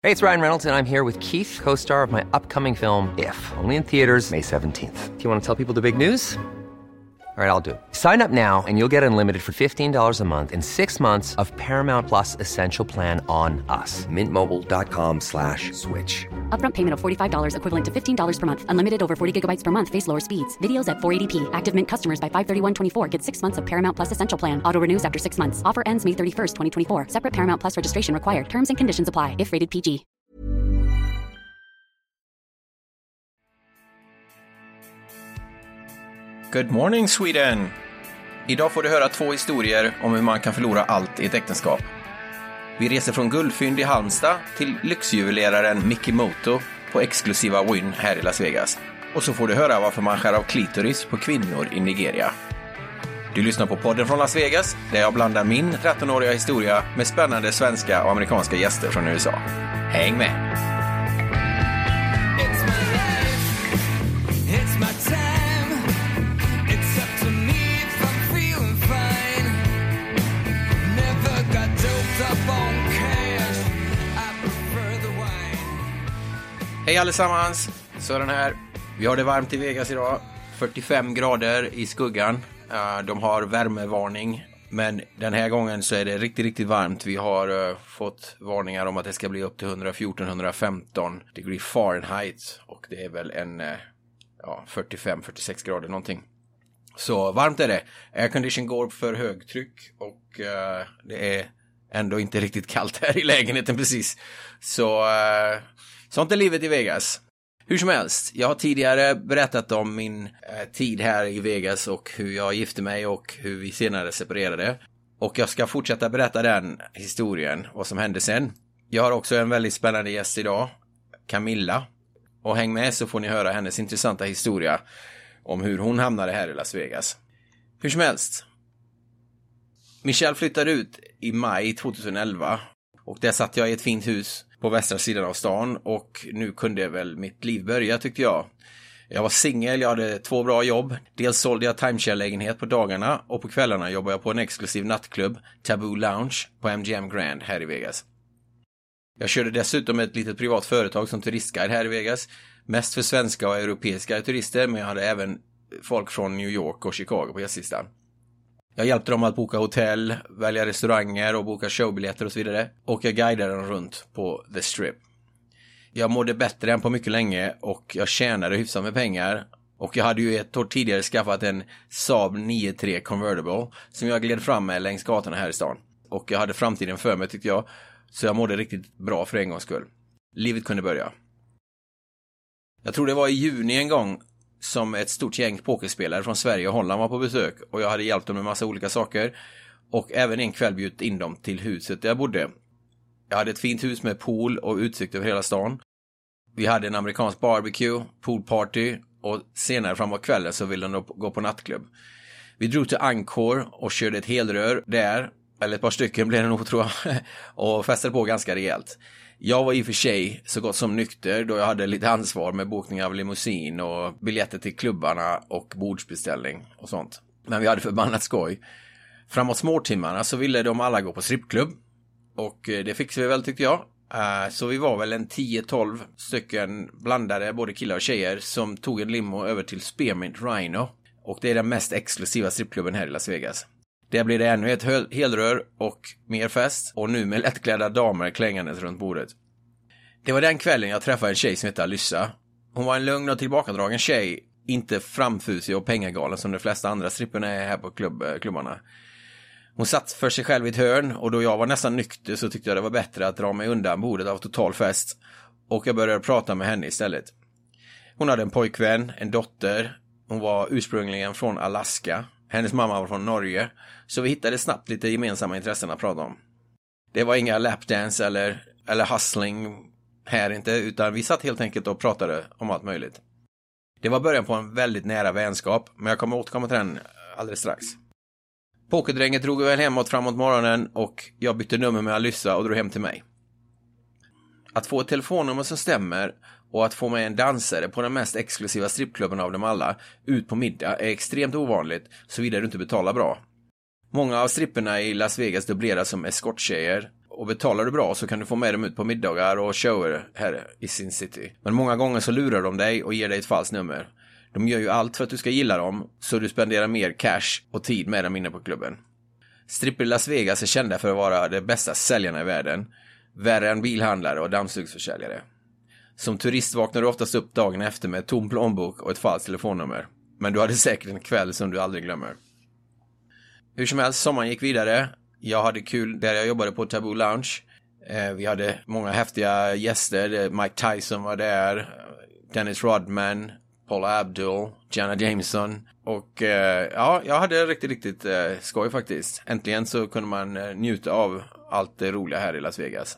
Hey, it's Ryan Reynolds, and I'm here with Keith, co-star of my upcoming film, If, only in theaters May 17th. Do you want to tell people the big news? All right, I'll do it. Sign up now and you'll get unlimited for $15 a month and 6 months of Paramount Plus Essential Plan on us. MintMobile.com/switch. Upfront payment of $45 equivalent to $15 per month. Unlimited over 40 gigabytes per month. Face lower speeds. Videos at 480p. Active Mint customers by 531.24 get 6 months of Paramount Plus Essential Plan. Auto renews after 6 months. Offer ends May 31st, 2024. Separate Paramount Plus registration required. Terms and conditions apply if rated PG. Good morning Sweden! Idag får du höra 2 historier om hur man kan förlora allt i ett äktenskap. Vi reser från guldfynd i Halmstad till lyxjuveleraren Mickey Moto på exklusiva Wynn här i Las Vegas. Och så får du höra varför man skär av klitoris på kvinnor i Nigeria. Du lyssnar på podden från Las Vegas där jag blandar min 13-åriga historia med spännande svenska och amerikanska gäster från USA. Häng med! Hej allesammans, Sören här. Vi har det varmt i Vegas idag. 45 grader i skuggan. De har värmevarning. Men den här gången så är det riktigt varmt. Vi har fått varningar om att det ska bli upp till 114-115 degree Fahrenheit. Och det är väl en 45-46 grader någonting. Så varmt är det. Aircondition går för högtryck och det är ändå inte riktigt kallt här i lägenheten precis. Så sånt är livet i Vegas. Hur som helst, jag har tidigare berättat om min tid här i Vegas och hur jag gifte mig och hur vi senare separerade. Och jag ska fortsätta berätta den historien, vad som hände sen. Jag har också en väldigt spännande gäst idag, Camilla. Och häng med så får ni höra hennes intressanta historia om hur hon hamnade här i Las Vegas. Hur som helst. Michelle flyttade ut i maj 2011 och där satt jag i ett fint hus på västra sidan av stan och nu kunde väl mitt liv börja tyckte jag. Jag var singel, jag hade 2 bra jobb. Dels sålde jag timeshare-lägenhet på dagarna och på kvällarna jobbade jag på en exklusiv nattklubb, Taboo Lounge, på MGM Grand här i Vegas. Jag körde dessutom ett litet privat företag som turistguide här i Vegas. Mest för svenska och europeiska turister, men jag hade även folk från New York och Chicago på gästlistan. Jag hjälpte dem att boka hotell, välja restauranger och boka showbiljetter och så vidare. Och jag guidade dem runt på The Strip. Jag mådde bättre än på mycket länge och jag tjänade hyfsat med pengar. Och jag hade ju ett år tidigare skaffat en Saab 9-3 Convertible som jag gled fram med längs gatorna här i stan. Och jag hade framtiden för mig tyckte jag. Så jag mådde riktigt bra för en gångs skull. Livet kunde börja. Jag tror det var i juni en gång som ett stort gäng pokerspelare från Sverige och Holland var på besök och jag hade hjälpt dem med massa olika saker och även en kväll bjudit in dem till huset där jag bodde. Jag hade ett fint hus med pool och utsikt över hela stan. Vi hade en amerikansk barbecue, poolparty och senare framåt kvällen så ville de gå på nattklubb. Vi drog till Angkor och körde ett helrör där, eller ett par stycken blev det nog tror jag, och festade på ganska rejält. Jag var i och för sig så gott som nykter då jag hade lite ansvar med bokning av limousin och biljetter till klubbarna och bordsbeställning och sånt. Men vi hade förbannat skoj. Framåt småtimmarna så ville de alla gå på strippklubb och det fixade vi väl tyckte jag. Så vi var väl en 10-12 stycken blandade både killar och tjejer som tog en limo över till Spearmint Rhino och det är den mest exklusiva strippklubben här i Las Vegas. Där blir det ännu ett helrör och mer fest och nu med lättklädda damer klängandes runt bordet. Det var den kvällen jag träffade en tjej som heter Alyssa. Hon var en lugn och tillbakadragen tjej, inte framfusig och pengagalen som de flesta andra stripperna är här på klubbarna. Hon satt för sig själv i ett hörn och då jag var nästan nykter så tyckte jag det var bättre att dra mig undan bordet av total fest och jag började prata med henne istället. Hon hade en pojkvän, en dotter, hon var ursprungligen från Alaska. Hennes mamma var från Norge, så vi hittade snabbt lite gemensamma intressen att prata om. Det var inga lapdance eller hustling här inte, utan vi satt helt enkelt och pratade om allt möjligt. Det var början på en väldigt nära vänskap, men jag kommer återkomma till den alldeles strax. Pokerdränget drog väl hemåt framåt morgonen och jag bytte nummer med Alyssa och drog hem till mig. Att få ett telefonnummer som stämmer och att få med en dansare på den mest exklusiva strippklubben av dem alla ut på middag är extremt ovanligt såvida du inte betalar bra. Många av stripperna i Las Vegas dubbleras som eskorttjejer och betalar du bra så kan du få med dem ut på middagar och shower här i Sin City. Men många gånger så lurar de dig och ger dig ett falskt nummer. De gör ju allt för att du ska gilla dem, så du spenderar mer cash och tid med dem inne på klubben. Stripper i Las Vegas är kända för att vara de bästa säljarna i världen. Värre än bilhandlare och dammsugsförsäljare. Som turist vaknar du oftast upp dagen efter med ett tom plånbok och ett falskt telefonnummer. Men du hade säkert en kväll som du aldrig glömmer. Hur som helst, sommaren gick vidare. Jag hade kul där jag jobbade på Taboo Lounge. Vi hade många häftiga gäster. Mike Tyson var där. Dennis Rodman, Paula Abdul, Gianna Jameson. Och ja, jag hade riktigt skoj faktiskt. Äntligen så kunde man njuta av allt det roliga här i Las Vegas.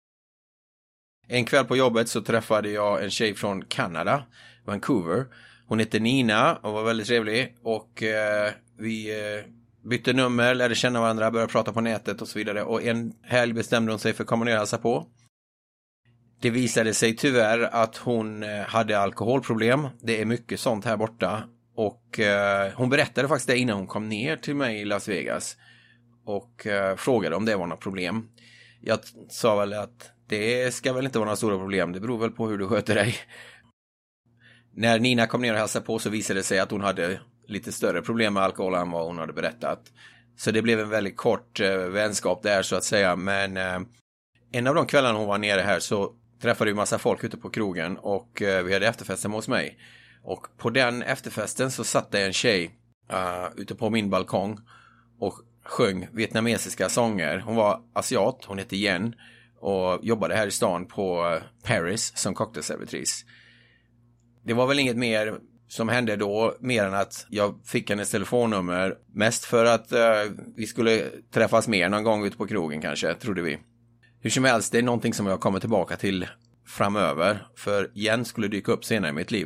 En kväll på jobbet så träffade jag en tjej från Kanada, Vancouver. Hon hette Nina och var väldigt trevlig. Och vi bytte nummer, lärde känna varandra, började prata på nätet och så vidare. Och en helg bestämde hon sig för att komma ner och hälsa på. Det visade sig tyvärr att hon hade alkoholproblem. Det är mycket sånt här borta. Och hon berättade faktiskt det innan hon kom ner till mig i Las Vegas. Och frågade om det var något problem. Jag sa väl att det ska väl inte vara några stora problem. Det beror väl på hur du sköter dig. När Nina kom ner och hälsade på så visade det sig att hon hade lite större problem med alkohol än vad hon hade berättat. Så det blev en väldigt kort vänskap där så att säga. Men en av de kvällarna hon var nere här så träffade vi massa folk ute på krogen. Och vi hade efterfest hemma hos mig. Och på den efterfesten så satt det en tjej ute på min balkong och sjöng vietnamesiska sånger. Hon var asiat, hon hette Jen och jobbade här i stan på Paris som cocktailservitris. Det var väl inget mer som hände då, mer än att jag fick hennes telefonnummer. Mest för att vi skulle träffas mer någon gång ute på krogen kanske, trodde vi. Hur som helst, det är någonting som jag kommer tillbaka till framöver. För Jen skulle dyka upp senare i mitt liv.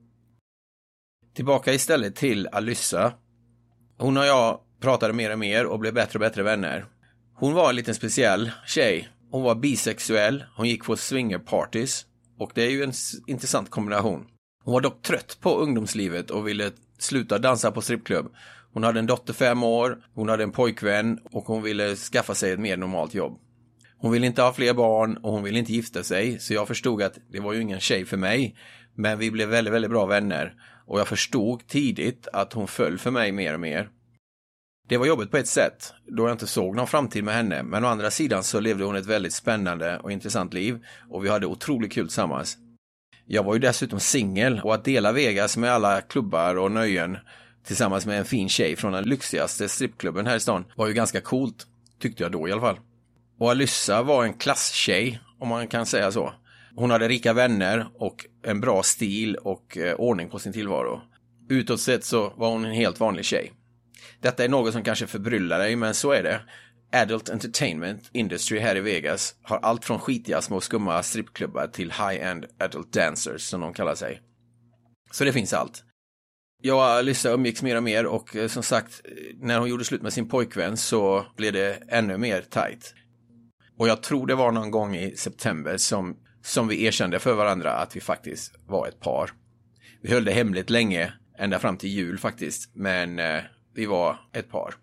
Tillbaka istället till Alyssa. Hon och jag pratade mer och mer och blev bättre och bättre vänner. Hon var en liten speciell tjej. Hon var bisexuell. Hon gick på swingerparties. Och det är ju en intressant kombination. Hon var dock trött på ungdomslivet och ville sluta dansa på strippklubb. Hon hade en dotter 5 år. Hon hade en pojkvän och hon ville skaffa sig ett mer normalt jobb. Hon ville inte ha fler barn och hon ville inte gifta sig. Så jag förstod att det var ju ingen tjej för mig. Men vi blev väldigt, väldigt bra vänner. Och jag förstod tidigt att hon föll för mig mer och mer. Det var jobbigt på ett sätt, då jag inte såg någon framtid med henne. Men å andra sidan så levde hon ett väldigt spännande och intressant liv. Och vi hade otroligt kul tillsammans. Jag var ju dessutom singel. Och att dela Vegas med alla klubbar och nöjen tillsammans med en fin tjej från den lyxigaste strippklubben här i stan var ju ganska coolt, tyckte jag då i alla fall. Och Alyssa var en klasstjej, om man kan säga så. Hon hade rika vänner och en bra stil och ordning på sin tillvaro. Utåt sett så var hon en helt vanlig tjej. Detta är något som kanske förbryllar dig, men så är det. Adult Entertainment Industry här i Vegas har allt från skitiga små skumma strippklubbar till high-end adult dancers som de kallar sig. Så det finns allt. Jag och Alyssa umgicks mer och mer och som sagt, när hon gjorde slut med sin pojkvän så blev det ännu mer tight. Och jag tror det var någon gång i september som vi erkände för varandra att vi faktiskt var ett par. Vi höll det hemligt länge, ända fram till jul faktiskt, men vi var ett par.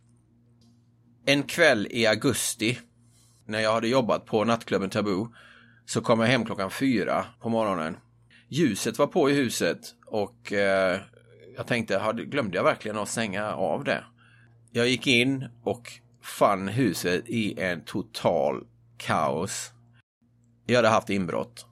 En kväll i augusti, när jag hade jobbat på nattklubben Taboo, så kom jag hem 4:00 på morgonen. Ljuset var på i huset och jag tänkte, glömde jag verkligen att stänga av det? Jag gick in och fann huset i en total kaos. Jag hade haft inbrott.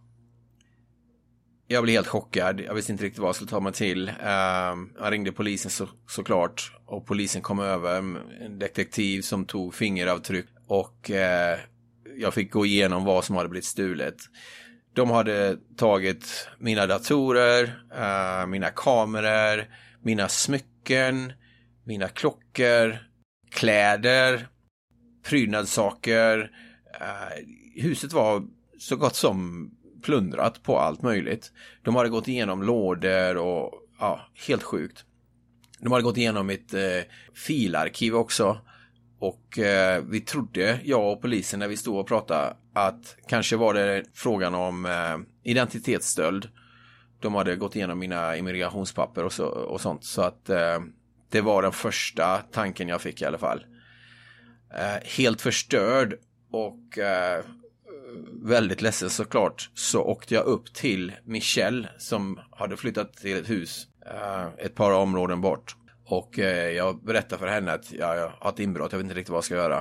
Jag blev helt chockad. Jag visste inte riktigt vad jag skulle ta mig till. Jag ringde polisen såklart. Och polisen kom över. En detektiv som tog fingeravtryck. Och jag fick gå igenom vad som hade blivit stulet. De hade tagit mina datorer, mina kameror, mina smycken, mina klockor, kläder, prydnadssaker. Huset var så gott som plundrat på allt möjligt. De hade gått igenom lådor och helt sjukt. De hade gått igenom mitt filarkiv också. Och vi trodde, jag och polisen, när vi stod och pratade, att kanske var det frågan om identitetsstöld. De hade gått igenom mina immigrationspapper och sånt. Så att det var den första tanken jag fick i alla fall. Helt förstörd Och väldigt ledsen såklart, så åkte jag upp till Michelle som hade flyttat till ett hus ett par områden bort. Och jag berättade för henne att jag har ett inbrott, jag vet inte riktigt vad jag ska göra.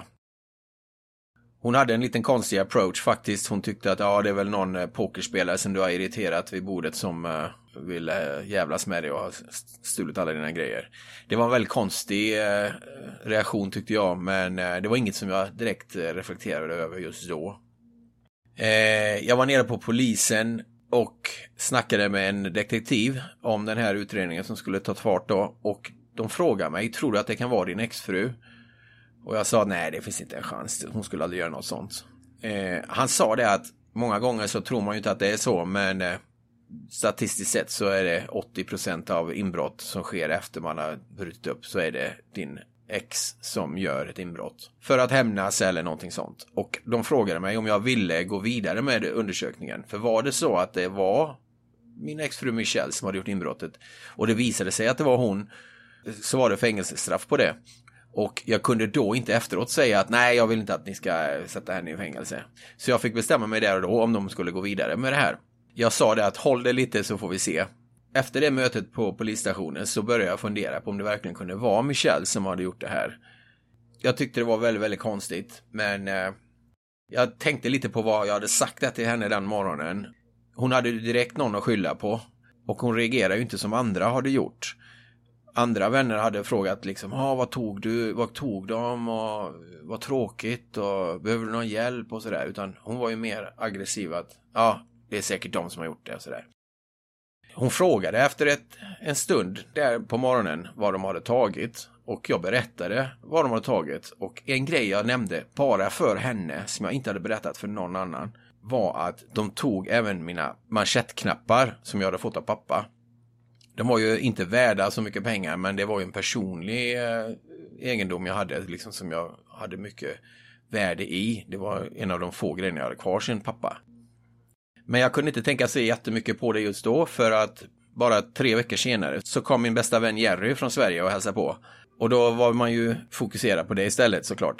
Hon hade en liten konstig approach faktiskt. Hon tyckte att det är väl någon pokerspelare som du har irriterat vid bordet som vill jävlas med dig och har stulit alla dina grejer. Det var en väldigt konstig reaktion tyckte jag, men det var inget som jag direkt reflekterade över just då. Jag var nere på polisen och snackade med en detektiv om den här utredningen som skulle ta fart då, och de frågade mig, tror du att det kan vara din exfru? Och jag sa, nej det finns inte en chans, hon skulle aldrig göra något sånt. Han sa det att många gånger så tror man ju inte att det är så, men statistiskt sett så är det 80% av inbrott som sker efter man har brutit upp, så är det din ex som gör ett inbrott för att hämnas eller någonting sånt. Och de frågade mig om jag ville gå vidare med undersökningen, för var det så att det var min exfru Michelle som hade gjort inbrottet och det visade sig att det var hon, så var det fängelsestraff på det. Och jag kunde då inte efteråt säga att nej, jag vill inte att ni ska sätta henne i fängelse. Så jag fick bestämma mig där och då om de skulle gå vidare med det här. Jag sa det att håll det lite så får vi se. Efter det mötet på polisstationen så började jag fundera på om det verkligen kunde vara Michelle som hade gjort det här. Jag tyckte det var väldigt, väldigt konstigt. Men jag tänkte lite på vad jag hade sagt till henne den morgonen. Hon hade direkt någon att skylla på. Och hon reagerade ju inte som andra hade gjort. Andra vänner hade frågat liksom, vad tog de och vad tråkigt och behöver du någon hjälp och sådär. Utan hon var ju mer aggressiv att, det är säkert de som har gjort det och sådär. Hon frågade efter en stund där på morgonen vad de hade tagit. Och jag berättade vad de hade tagit. Och en grej jag nämnde bara för henne som jag inte hade berättat för någon annan var att de tog även mina manschettknappar som jag hade fått av pappa. De var ju inte värda så mycket pengar, men det var ju en personlig egendom jag hade liksom, som jag hade mycket värde i. Det var en av de få grejerna jag hade kvar sin pappa. Men jag kunde inte tänka sig jättemycket på det just då, för att bara 3 veckor senare så kom min bästa vän Jerry från Sverige och hälsade på. Och då var man ju fokuserad på det istället såklart.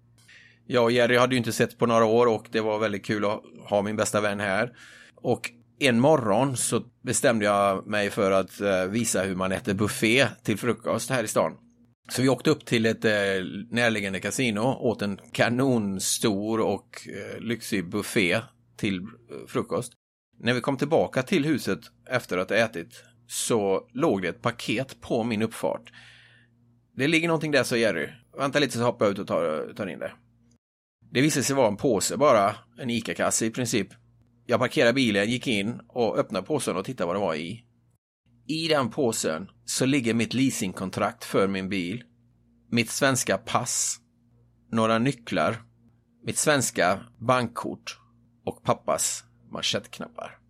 Jag och Jerry hade ju inte sett på några år och det var väldigt kul att ha min bästa vän här. Och en morgon så bestämde jag mig för att visa hur man äter buffé till frukost här i stan. Så vi åkte upp till ett närliggande kasino, åt en kanonstor och lyxig buffé till frukost. När vi kom tillbaka till huset efter att ha ätit så låg det ett paket på min uppfart. Det ligger någonting där, så Jerry. Vänta lite så hoppar jag ut och tar in det. Det visade sig vara en påse bara, en ICA-kasse i princip. Jag parkerade bilen, gick in och öppnade påsen och tittade vad det var i. I den påsen så ligger mitt leasingkontrakt för min bil, mitt svenska pass, några nycklar, mitt svenska bankkort och pappas manschettknappar.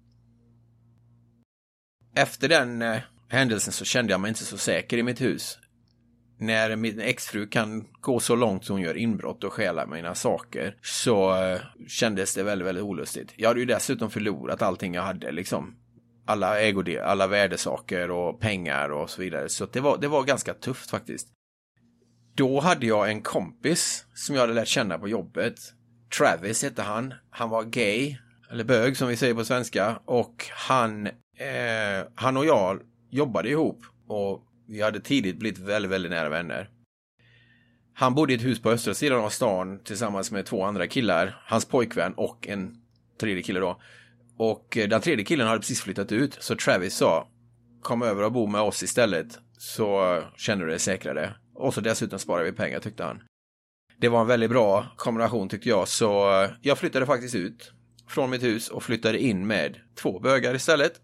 Efter den händelsen så kände jag mig inte så säker i mitt hus. När min exfru kan gå så långt som hon gör inbrott och stjäla mina saker, så kändes det väldigt, väldigt olustigt. Jag hade ju dessutom förlorat allting jag hade, liksom. Alla alla värdesaker och pengar och så vidare. Så det var ganska tufft faktiskt. Då hade jag en kompis som jag hade lärt känna på jobbet. Travis hette han. Han var gay, eller bög som vi säger på svenska. Och han och jag jobbade ihop och vi hade tidigt blivit väldigt, väldigt nära vänner. Han bodde i ett hus på östra sidan av stan tillsammans med 2 andra killar. Hans pojkvän och en tredje kille då. Och den tredje killen hade precis flyttat ut. Så Travis sa, kom över och bo med oss istället, så känner du dig säkrare. Och så dessutom sparar vi pengar, tyckte han. Det var en väldigt bra kombination tyckte jag. Så jag flyttade faktiskt ut från mitt hus och flyttade in med 2 bögar istället.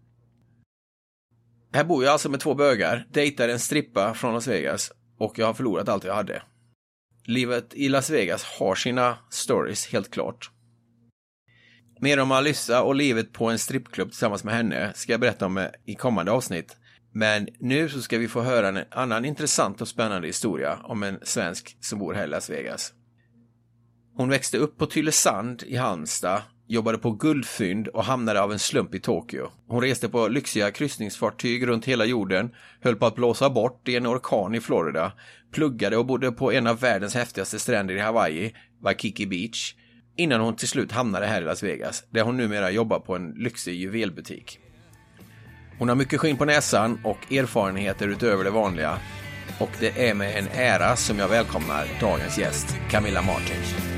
Här bor jag alltså med 2 bögar, dejtar en strippa från Las Vegas och jag har förlorat allt jag hade. Livet i Las Vegas har sina stories, helt klart. Mer om Alyssa och livet på en strippklubb tillsammans med henne ska jag berätta om i kommande avsnitt. Men nu så ska vi få höra en annan intressant och spännande historia om en svensk som bor här i Las Vegas. Hon växte upp på Tylösand i Halmstad, jobbade på guldfynd och hamnade av en slump i Tokyo. Hon reste på lyxiga kryssningsfartyg runt hela jorden, höll på att blåsa bort i en orkan i Florida, pluggade och bodde på en av världens häftigaste stränder i Hawaii, Waikiki Beach, innan hon till slut hamnade här i Las Vegas, där hon numera jobbar på en lyxig juvelbutik. Hon har mycket skinn på näsan och erfarenheter utöver det vanliga, och det är med en ära som jag välkomnar dagens gäst, Camilla Martin.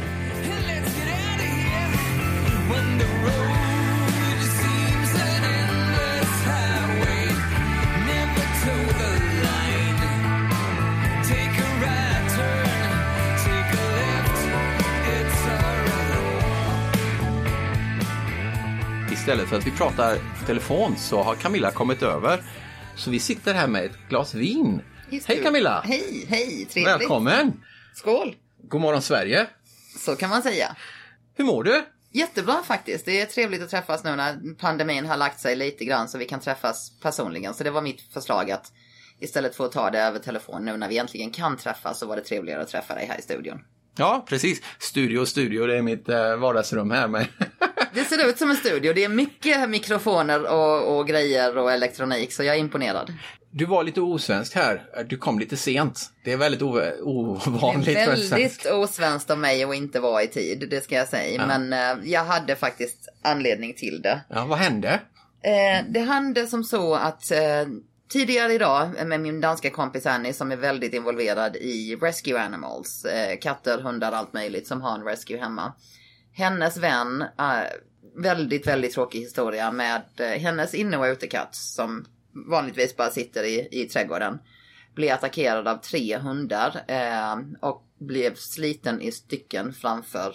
Istället för att vi pratar telefon så har Camilla kommit över. Så vi sitter här med ett glas vin. Hej Camilla! Hej, trevligt. Välkommen! Skål! God morgon Sverige! Så kan man säga. Hur mår du? Jättebra faktiskt. Det är trevligt att träffas nu när pandemin har lagt sig lite grann så vi kan träffas personligen. Så det var mitt förslag att istället för att ta det över telefon nu när vi äntligen kan träffas, så var det trevligare att träffa dig här i studion. Ja, precis. Studio, det är mitt vardagsrum här med. Det ser ut som en studio. Det är mycket mikrofoner och grejer och elektronik, så jag är imponerad. Du var lite osvensk här. Du kom lite sent. Det är väldigt ovanligt. Det är väldigt osvenskt av mig att inte vara i tid, det ska jag säga. Ja. Men jag hade faktiskt anledning till det. Ja, vad hände? Det hände som så att tidigare idag med min danska kompis Annie, som är väldigt involverad i rescue animals. Katter, hundar, allt möjligt, som har en rescue hemma. Hennes vän, väldigt, väldigt tråkig historia med hennes inne- och utekatt som vanligtvis bara sitter i trädgården. Blev attackerad av 3 hundar och blev sliten i stycken framför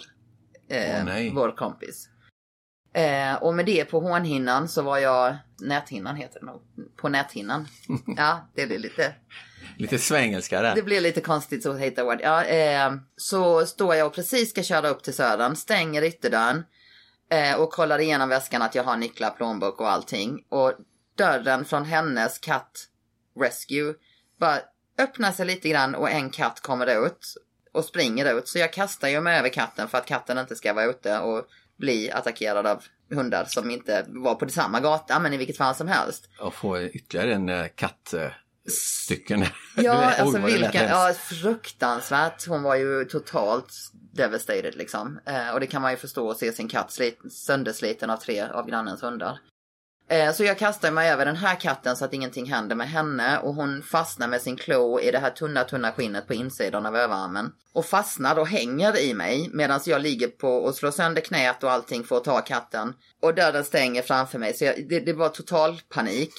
vår kompis. Och med det på hånhinnan så var jag, näthinnan heter det nog, på näthinnan. Ja, det blir lite svengelska där. Det blir lite konstigt så att hitta ord. Ja, så står jag och precis ska köra upp till Södern, stänger ytterdörren och kollar igenom väskan att jag har nycklar, plånbok och allting. Och dörren från hennes katt rescue bara öppnar sig lite grann och en katt kommer ut och springer ut. Så jag kastar ju mig över katten för att katten inte ska vara ute och bli attackerad av hundar som inte var på samma gata, men i vilket fall som helst. Och få ytterligare en kattstycken. Ja, alltså fruktansvärt. Hon var ju totalt devastated liksom. Och det kan man ju förstå att se sin katt söndersliten av 3 av grannens hundar. Så jag kastar mig över den här katten så att ingenting händer med henne. Och hon fastnar med sin klo i det här tunna skinnet på insidan av överarmen. Och fastnar och hänger i mig medan jag ligger på och slår sönder knät och allting för att ta katten. Och dörren stänger framför mig. Så det var total panik.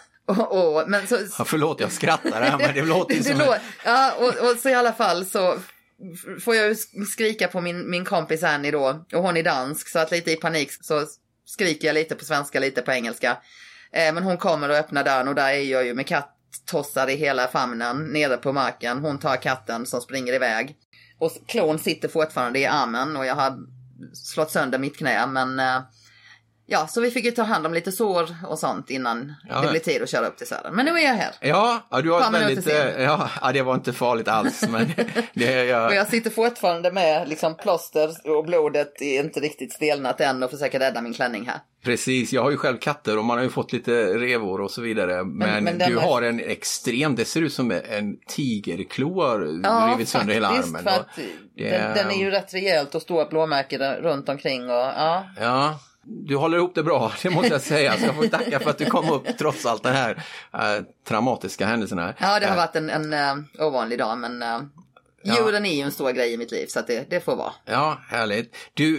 Men så, ja, förlåt, jag skrattar här, men det låter ju som... Ja, och så i alla fall så får jag ju skrika på min kompis Annie då. Och hon är dansk, så att lite i panik så skriker jag lite på svenska, lite på engelska. Men hon kommer och öppnar dörren och där är jag ju med katttossar i hela famnen nere på marken. Hon tar katten som springer iväg. Och klon sitter fortfarande i armen och jag har slått sönder mitt knä, men... Ja, så vi fick ju ta hand om lite sår och sånt innan det blev tid att köra upp till Södern. Men nu är jag här. Ja, du har väldigt... Ja, det var inte farligt alls. Men och jag sitter fortfarande med liksom plåster och blodet är inte riktigt stelnat än och försöker rädda min klänning här. Precis, jag har ju själv katter och man har ju fått lite revor och så vidare. Men du har en extrem, det ser ut som en tigerklo har rivit sönder hela armen. För att den är ju rätt rejält och stora blåmärken runt omkring. Och, ja. Du håller ihop det bra, det måste jag säga. Så jag får tacka för att du kom upp trots allt det här traumatiska händelserna. Ja, det har varit en ovanlig dag, men djuren är ju en stor grej i mitt liv, så att det får vara. Ja, härligt.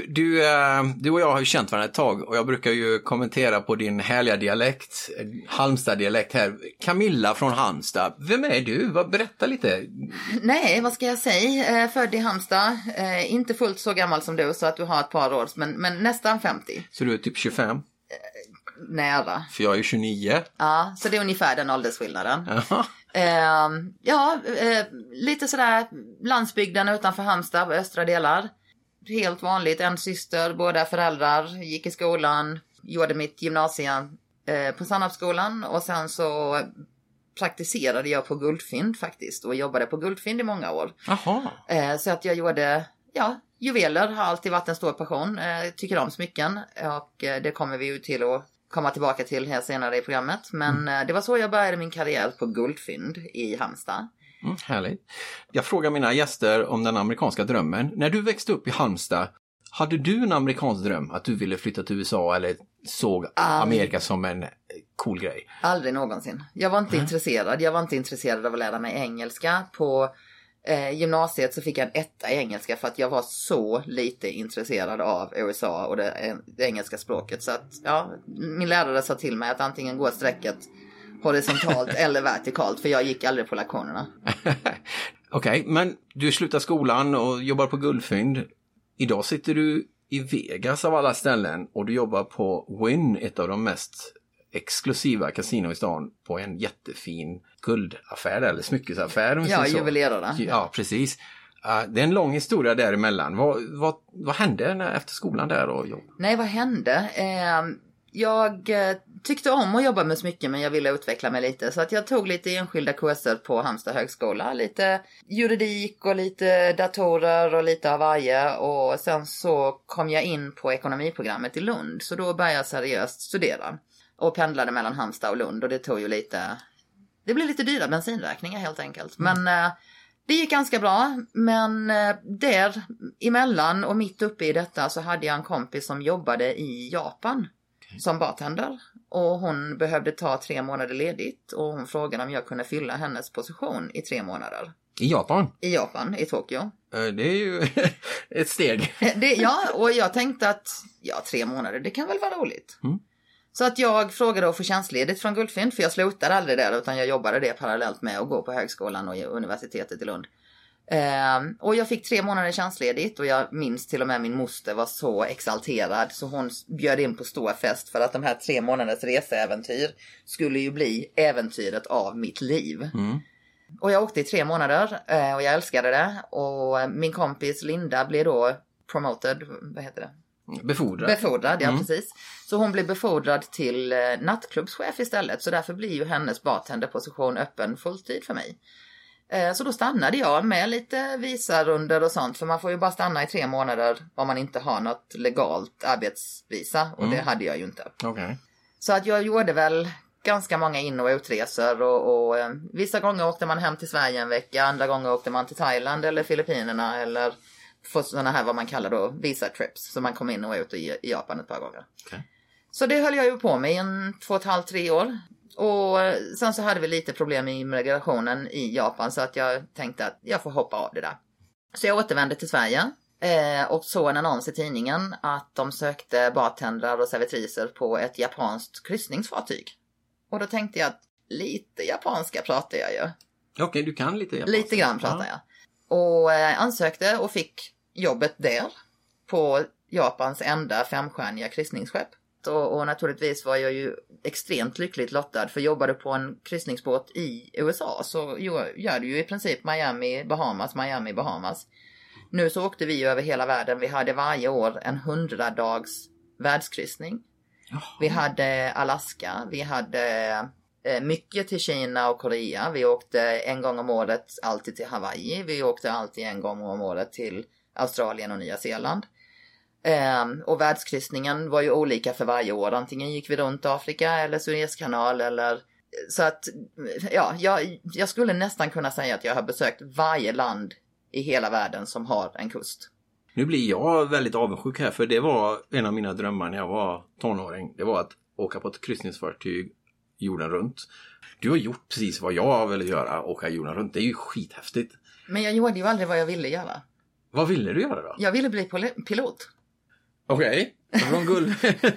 Du och jag har ju känt varandra ett tag och jag brukar ju kommentera på din härliga dialekt, Halmstad-dialekt här. Camilla från Halmstad, vem är du? Berätta lite. Nej, vad ska jag säga? Född i Halmstad, inte fullt så gammal som du så att du har ett par år, men nästan 50. Så du är typ 25? Nära. För jag är 29. Ja, så det är ungefär den åldersskillnaden. Lite sådär landsbygden utanför Halmstad, östra delar. Helt vanligt, en syster, båda föräldrar, gick i skolan, gjorde mitt gymnasium på Sannarpsskolan och sen så praktiserade jag på Guldfynd faktiskt och jobbade på Guldfynd i många år. Så att jag gjorde, juveler har alltid varit en stor passion, tycker om smycken och det kommer vi ju till att komma tillbaka till här senare i programmet. Men det var så jag började min karriär på Guldfynd i Halmstad. Härligt. Jag frågar mina gäster om den amerikanska drömmen. När du växte upp i Halmstad, hade du en amerikansk dröm att du ville flytta till USA eller såg Amerika som en cool grej? Aldrig någonsin. Jag var inte intresserad. Jag var inte intresserad av att lära mig engelska. På gymnasiet så fick jag en 1 i engelska för att jag var så lite intresserad av USA och det engelska språket. Så att min lärare sa till mig att antingen gå sträcket horisontalt eller vertikalt, för jag gick aldrig på lektionerna. Okej, men du slutar skolan och jobbar på Guldfynd. Idag sitter du i Vegas av alla ställen och du jobbar på Wynn, ett av de mest exklusiva kasino i stan, på en jättefin guldaffär eller smyckesaffär. Ja, juvelerarna. Ja, precis. Det är en lång historia däremellan. Vad hände efter skolan där och jobb? Nej, vad hände? Jag tyckte om att jobba med smycken, men jag ville utveckla mig lite. Så att jag tog lite enskilda kurser på Halmstad högskola. Lite juridik och lite datorer och lite av varje. Och sen så kom jag in på ekonomiprogrammet i Lund. Så då började jag seriöst studera. Och pendlade mellan Halmstad och Lund. Och det tog ju det blev lite dyra bensinräkningar helt enkelt. Men det gick ganska bra. Men där emellan och mitt uppe i detta så hade jag en kompis som jobbade i Japan som bartender. Och hon behövde ta 3 månader ledigt. Och hon frågade om jag kunde fylla hennes position i 3 månader. I Japan? I Japan, i Tokyo. Det är ju ett steg. Och jag tänkte att 3 månader, det kan väl vara roligt. Så att jag frågade att få tjänstledigt från Guldfynd, för jag slutade aldrig där utan jag jobbade det parallellt med att gå på högskolan och universitetet i Lund. Och jag fick 3 månader tjänstledigt och jag minns till och med min moster var så exalterad så hon bjöd in på stor fest för att de här 3 månaders reseäventyr skulle ju bli äventyret av mitt liv. Och jag åkte i 3 månader och jag älskade det. Och min kompis Linda blev då promoted, vad heter det? Befordrad, ja precis. Så hon blev befordrad till nattklubbschef istället. Så därför blir ju hennes bartenderposition öppen fulltid för mig. Så då stannade jag med lite visarunder och sånt. För man får ju bara stanna i 3 månader om man inte har något legalt arbetsvisa. Och det hade jag ju inte. Okay. Så att jag gjorde väl ganska många in- och utresor. Och vissa gånger åkte man hem till Sverige en vecka. Andra gånger åkte man till Thailand eller Filippinerna eller för sådana här vad man kallar då visa trips. Så man kom in och ut i Japan ett par gånger. Okay. Så det höll jag ju på med i 2,5-3 år. Och sen så hade vi lite problem med immigrationen i Japan. Så att jag tänkte att jag får hoppa av det där. Så jag återvände till Sverige. Och såg en annons i tidningen att de sökte bartendrar och servitriser på ett japanskt kryssningsfartyg. Och då tänkte jag att lite japanska pratar jag ju. Okej, du kan lite japanska. Lite grann pratar jag. Och ansökte och fick jobbet där på Japans enda 5-stjärniga kryssningsskepp. Och naturligtvis var jag ju extremt lyckligt lottad, för jobbade på en kryssningsbåt i USA så gör du ju i princip Miami, Bahamas. Nu så åkte vi över hela världen. Vi hade varje år en 100-dags världskryssning. Vi hade Alaska, vi hade mycket till Kina och Korea. Vi åkte en gång om året alltid till Hawaii. Vi åkte alltid en gång om året till Australien och Nya Zeeland. Och världskryssningen var ju olika för varje år. Antingen gick vi runt Afrika eller Suezkanal eller... Så att, jag skulle nästan kunna säga att jag har besökt varje land i hela världen som har en kust. Nu blir jag väldigt avundsjuk här, för det var en av mina drömmar när jag var tonåring. Det var att åka på ett kryssningsfartyg jorden runt. Du har gjort precis vad jag ville göra, åka jorden runt. Det är ju skithäftigt. Men jag gjorde ju aldrig vad jag ville göra. Vad ville du göra då? Jag ville bli pilot. Okej, från guld.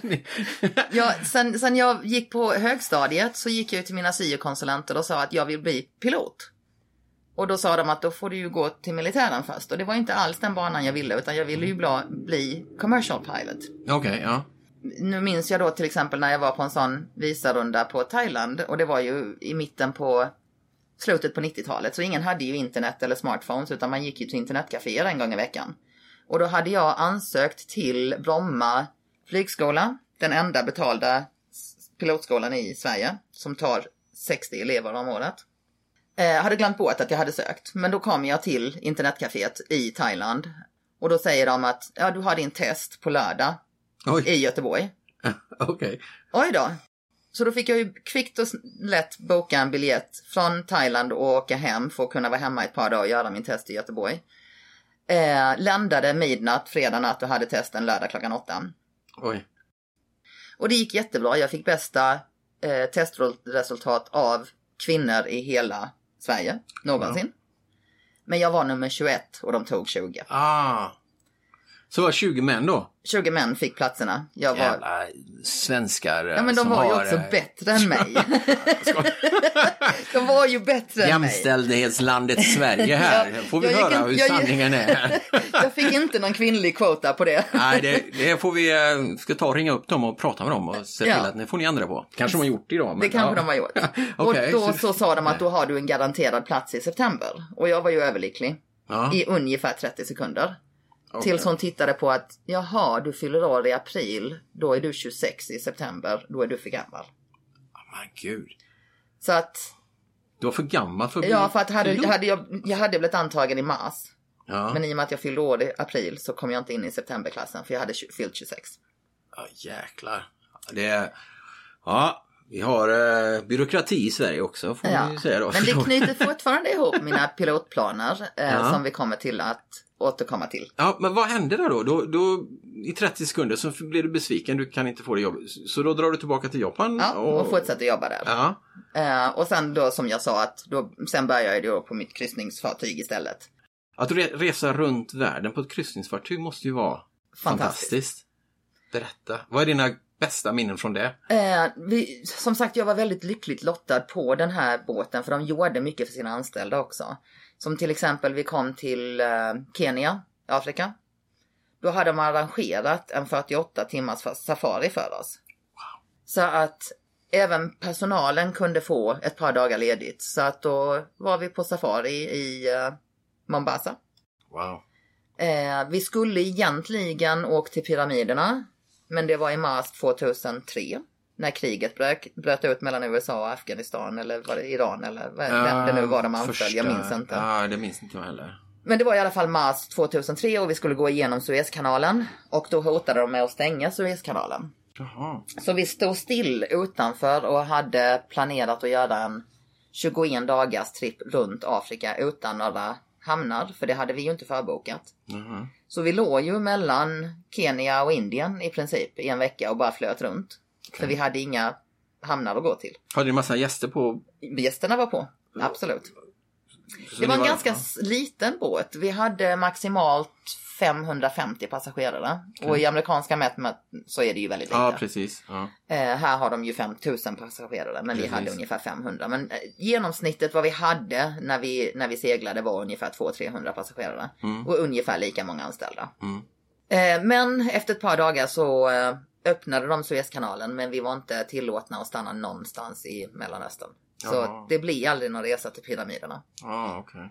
Sen jag gick på högstadiet så gick jag till mina syokonsulenter och sa att jag vill bli pilot. Och då sa de att då får du ju gå till militären först. Och det var inte alls den banan jag ville, utan jag ville ju bli commercial pilot. Okej, ja. Nu minns jag då till exempel när jag var på en sån visarunda på Thailand. Och det var ju i mitten på slutet på 90-talet. Så ingen hade ju internet eller smartphones, utan man gick ju till internetcaféer en gång i veckan. Och då hade jag ansökt till Bromma flygskola. Den enda betalda pilotskolan i Sverige. Som tar 60 elever om året. Hade glömt bort att jag hade sökt. Men då kom jag till internetcaféet i Thailand. Och då säger de att du har din test på lördag. Oj. I Göteborg. Okej. Oj då. Så då fick jag ju kvickt och lätt boka en biljett från Thailand och åka hem för att kunna vara hemma ett par dagar och göra min test i Göteborg. Landade midnatt, fredag natt och hade testen lördag klockan 8. Oj. Och det gick jättebra. Jag fick bästa testresultat av kvinnor i hela Sverige någonsin. Ja. Men jag var nummer 21 och de tog 20. Så var 20 män då? 20 män fick platserna. Jävla svenskar. Ja, men de var ju också bättre än mig. De var ju bättre än mig. Jämställdhetslandet Sverige här. Får vi höra hur sanningen är. Jag fick inte någon kvinnlig kvota på det. Nej, det får vi ska ta och ringa upp dem och prata med dem och se till att det får ni ändra på. Kanske de har gjort det idag. Men, det kanske de har gjort. Okay, och då så sa de att då har du en garanterad plats i september. Och jag var ju överlycklig. I ungefär 30 sekunder. Okay. Tills hon tittade på att, jaha, du fyller år i april, då är du 26 i september, då är du för gammal. Men gud. Så att... Du var för gammal för att bli... Ja, för att jag hade blivit antagen i mars. Ja. Men i och med att jag fyllde år i april så kom jag inte in i septemberklassen, för jag hade fyllt 26. Ja, jäklar. Det är... Ja, vi har byråkrati i Sverige också, får vi säga då. Men det knyter fortfarande ihop mina pilotplaner som vi kommer till att återkomma till. Ja, men vad hände där då? I 30 sekunder så blir du besviken, du kan inte få det jobb. Så då drar du tillbaka till Japan? Ja, och fortsätter jobba där. Ja. Och sen då, som jag sa, att sen började jag då på mitt kryssningsfartyg istället. Att resa runt världen på ett kryssningsfartyg måste ju vara fantastiskt. Berätta, vad är dina bästa minnen från det? Som sagt, jag var väldigt lyckligt lottad på den här båten, för de gjorde mycket för sina anställda också. Som till exempel, vi kom till Kenya, Afrika. Då hade de arrangerat en 48 timmars safari för oss. Wow. Så att även personalen kunde få ett par dagar ledigt. Så att då var vi på safari i Mombasa. Wow. Vi skulle egentligen åka till pyramiderna. Men det var i mars 2003. När kriget bröt ut mellan USA och Afghanistan. Eller var det Iran? Eller vad det nu var de anföll. Jag minns inte. Ja, det minns inte jag heller. Men det var i alla fall mars 2003 och vi skulle gå igenom Suezkanalen. Och då hotade de med att stänga Suezkanalen. Jaha. Så vi stod still utanför och hade planerat att göra en 21 dagars tripp runt Afrika utan några hamnar. För det hade vi ju inte förbokat. Mm. Så vi låg ju mellan Kenya och Indien i princip i en vecka och bara flöt runt. Okay. För vi hade inga hamnar att gå till. Hade ni massa gäster på? Gästerna var på, absolut. Så det var en ganska liten båt. Vi hade maximalt 550 passagerare. Okay. Och i amerikanska mätt så är det ju väldigt lite. Ja, precis. Ja. Här har de ju 5000 passagerare, men vi hade ungefär 500. Men genomsnittet vad vi hade när vi seglade var ungefär 200-300 passagerare. Mm. Och ungefär lika många anställda. Mm. Men efter ett par dagar så öppnade de Suezkanalen, men vi var inte tillåtna att stanna någonstans i Mellanöstern. Så det blir aldrig någon resa till pyramiderna. Okay.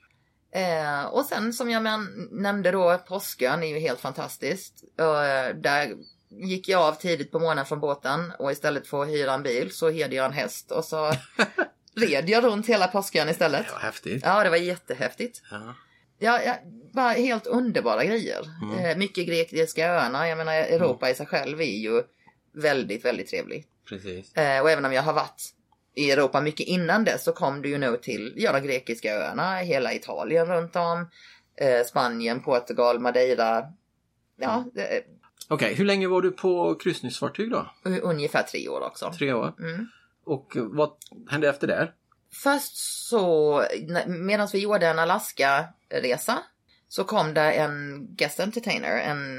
Och sen som jag nämnde då, Påskön är ju helt fantastiskt. Där gick jag av tidigt på morgonen från båten och istället för att hyra en bil så hyrde jag en häst och så red jag runt hela Påskön istället. Det var häftigt. Ja, det var jättehäftigt. Ja, bara helt underbara grejer. Mycket grekiska öarna. Jag menar, Europa i sig själv är ju väldigt, väldigt trevligt. Precis. Och även om jag har varit i Europa mycket innan det så kom du ju nu till de grekiska öarna, hela Italien runt om, Spanien, Portugal, Madeira. Ja. Okej, hur länge var du på kryssningsfartyg då? Ungefär 3 år också. 3 år? Mm. Och vad hände efter det? Först så, medan vi gjorde en Alaska-resa så kom det en guest entertainer, en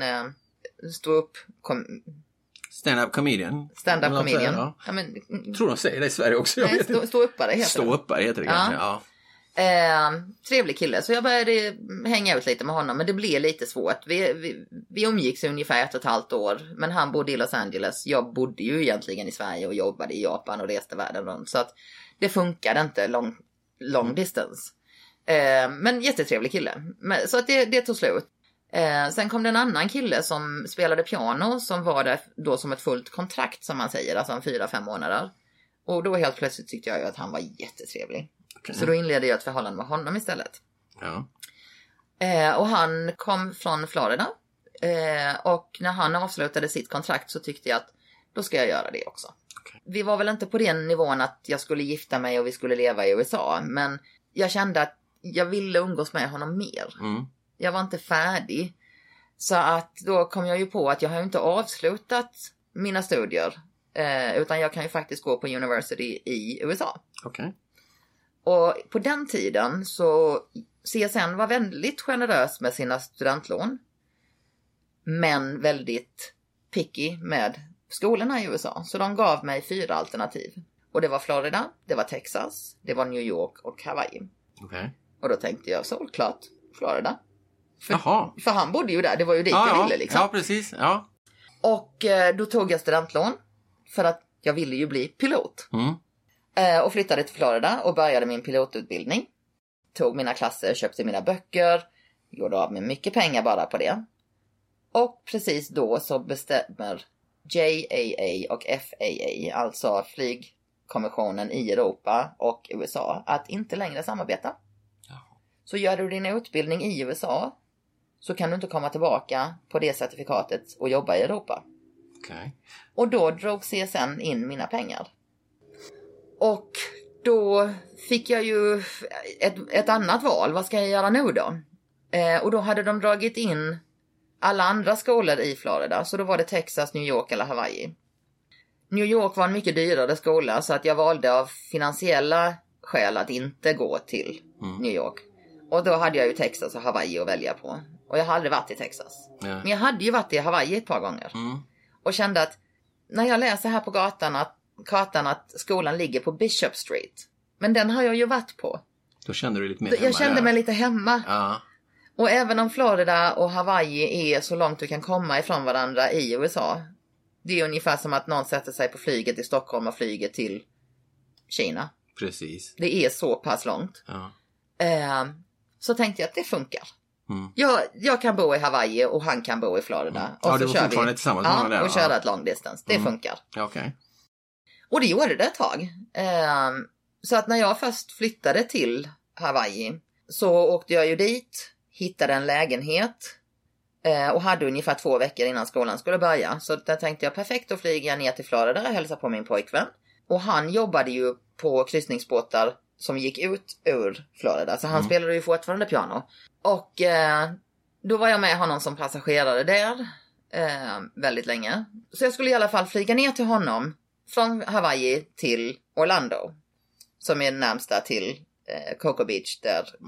stand-up comedian. Stand-up comedian. Ja. Ja, men, tror de säger det i Sverige också. Nej, stå-uppare heter det. Stå-uppare heter det kanske, ja. Trevlig kille, så jag började hänga ut lite med honom, men det blev lite svårt. Vi umgicks ungefär 1,5 år, men han bodde i Los Angeles. Jag bodde ju egentligen i Sverige och jobbade i Japan och reste världen runt, så att det funkade inte long distance. Men jättetrevlig kille. Så att det tog slut. Sen kom det en annan kille som spelade piano, som var där då som ett fullt kontrakt som man säger, alltså 4-5 månader. Och då helt plötsligt tyckte jag ju att han var jättetrevlig. Okay. Så då inledde jag ett förhållande med honom istället. Ja. Och han kom från Florida. Och när han avslutade sitt kontrakt så tyckte jag att då ska jag göra det också. Okay. Vi var väl inte på den nivån att jag skulle gifta mig och vi skulle leva i USA. Men jag kände att jag ville umgås med honom mer. Jag var inte färdig. Så att då kom jag ju på att jag har inte avslutat mina studier. Utan jag kan ju faktiskt gå på university i USA. Okej. Och på den tiden så CSN var väldigt generös med sina studentlån. Men väldigt picky med skolorna i USA. Så de gav mig 4 alternativ. Och det var Florida, det var Texas, det var New York och Hawaii. Okej. Och då tänkte jag såklart Florida. För han bodde ju där, det var ju dit jag ville liksom. Ja, precis. Ja. Och då tog jag studentlån. För att jag ville ju bli pilot. Och flyttade till Florida och började min pilotutbildning. Tog mina klasser, köpte mina böcker. Gjorde av med mycket pengar bara på det. Och precis då så bestämmer JAA och FAA, alltså flygkommissionen i Europa och USA, att inte längre samarbeta. Så gör du din utbildning i USA så kan du inte komma tillbaka på det certifikatet och jobba i Europa. Okay. Och då drog CSN in mina pengar. Och då fick jag ju ett annat val. Vad ska jag göra nu då? Och då hade de dragit in alla andra skolor i Florida. Så då var det Texas, New York eller Hawaii. New York var en mycket dyrare skola så att jag valde av finansiella skäl att inte gå till New York. Och då hade jag ju Texas och Hawaii att välja på. Och jag hade varit i Texas. Ja. Men jag hade ju varit i Hawaii ett par gånger. Och kände att när jag läser här på kartan att skolan ligger på Bishop Street. Men den har jag ju varit på. Då kände du lite mer hemma. Jag kände mig lite hemma. Ja. Och även om Florida och Hawaii är så långt du kan komma ifrån varandra i USA. Det är ungefär som att någon sätter sig på flyget i Stockholm och flyger till Kina. Precis. Det är så pass långt. Ja. Så tänkte jag att det funkar. Jag kan bo i Hawaii och han kan bo i Florida. Och så kör vi tillsammans och köra ett long distance. Det funkar. Okay. Och det gjorde det ett tag. Så att när jag först flyttade till Hawaii så åkte jag ju dit, hittade en lägenhet och hade ungefär 2 veckor innan skolan skulle börja. Så där tänkte jag perfekt, då flyger jag ner till Florida och hälsar på min pojkvän. Och han jobbade ju på kryssningsbåtar som gick ut ur Florida. Så han spelade ju fortfarande piano. Och då var jag med honom som passagerare där väldigt länge. Så jag skulle i alla fall flyga ner till honom från Hawaii till Orlando. Som är närmsta till Cocoa Beach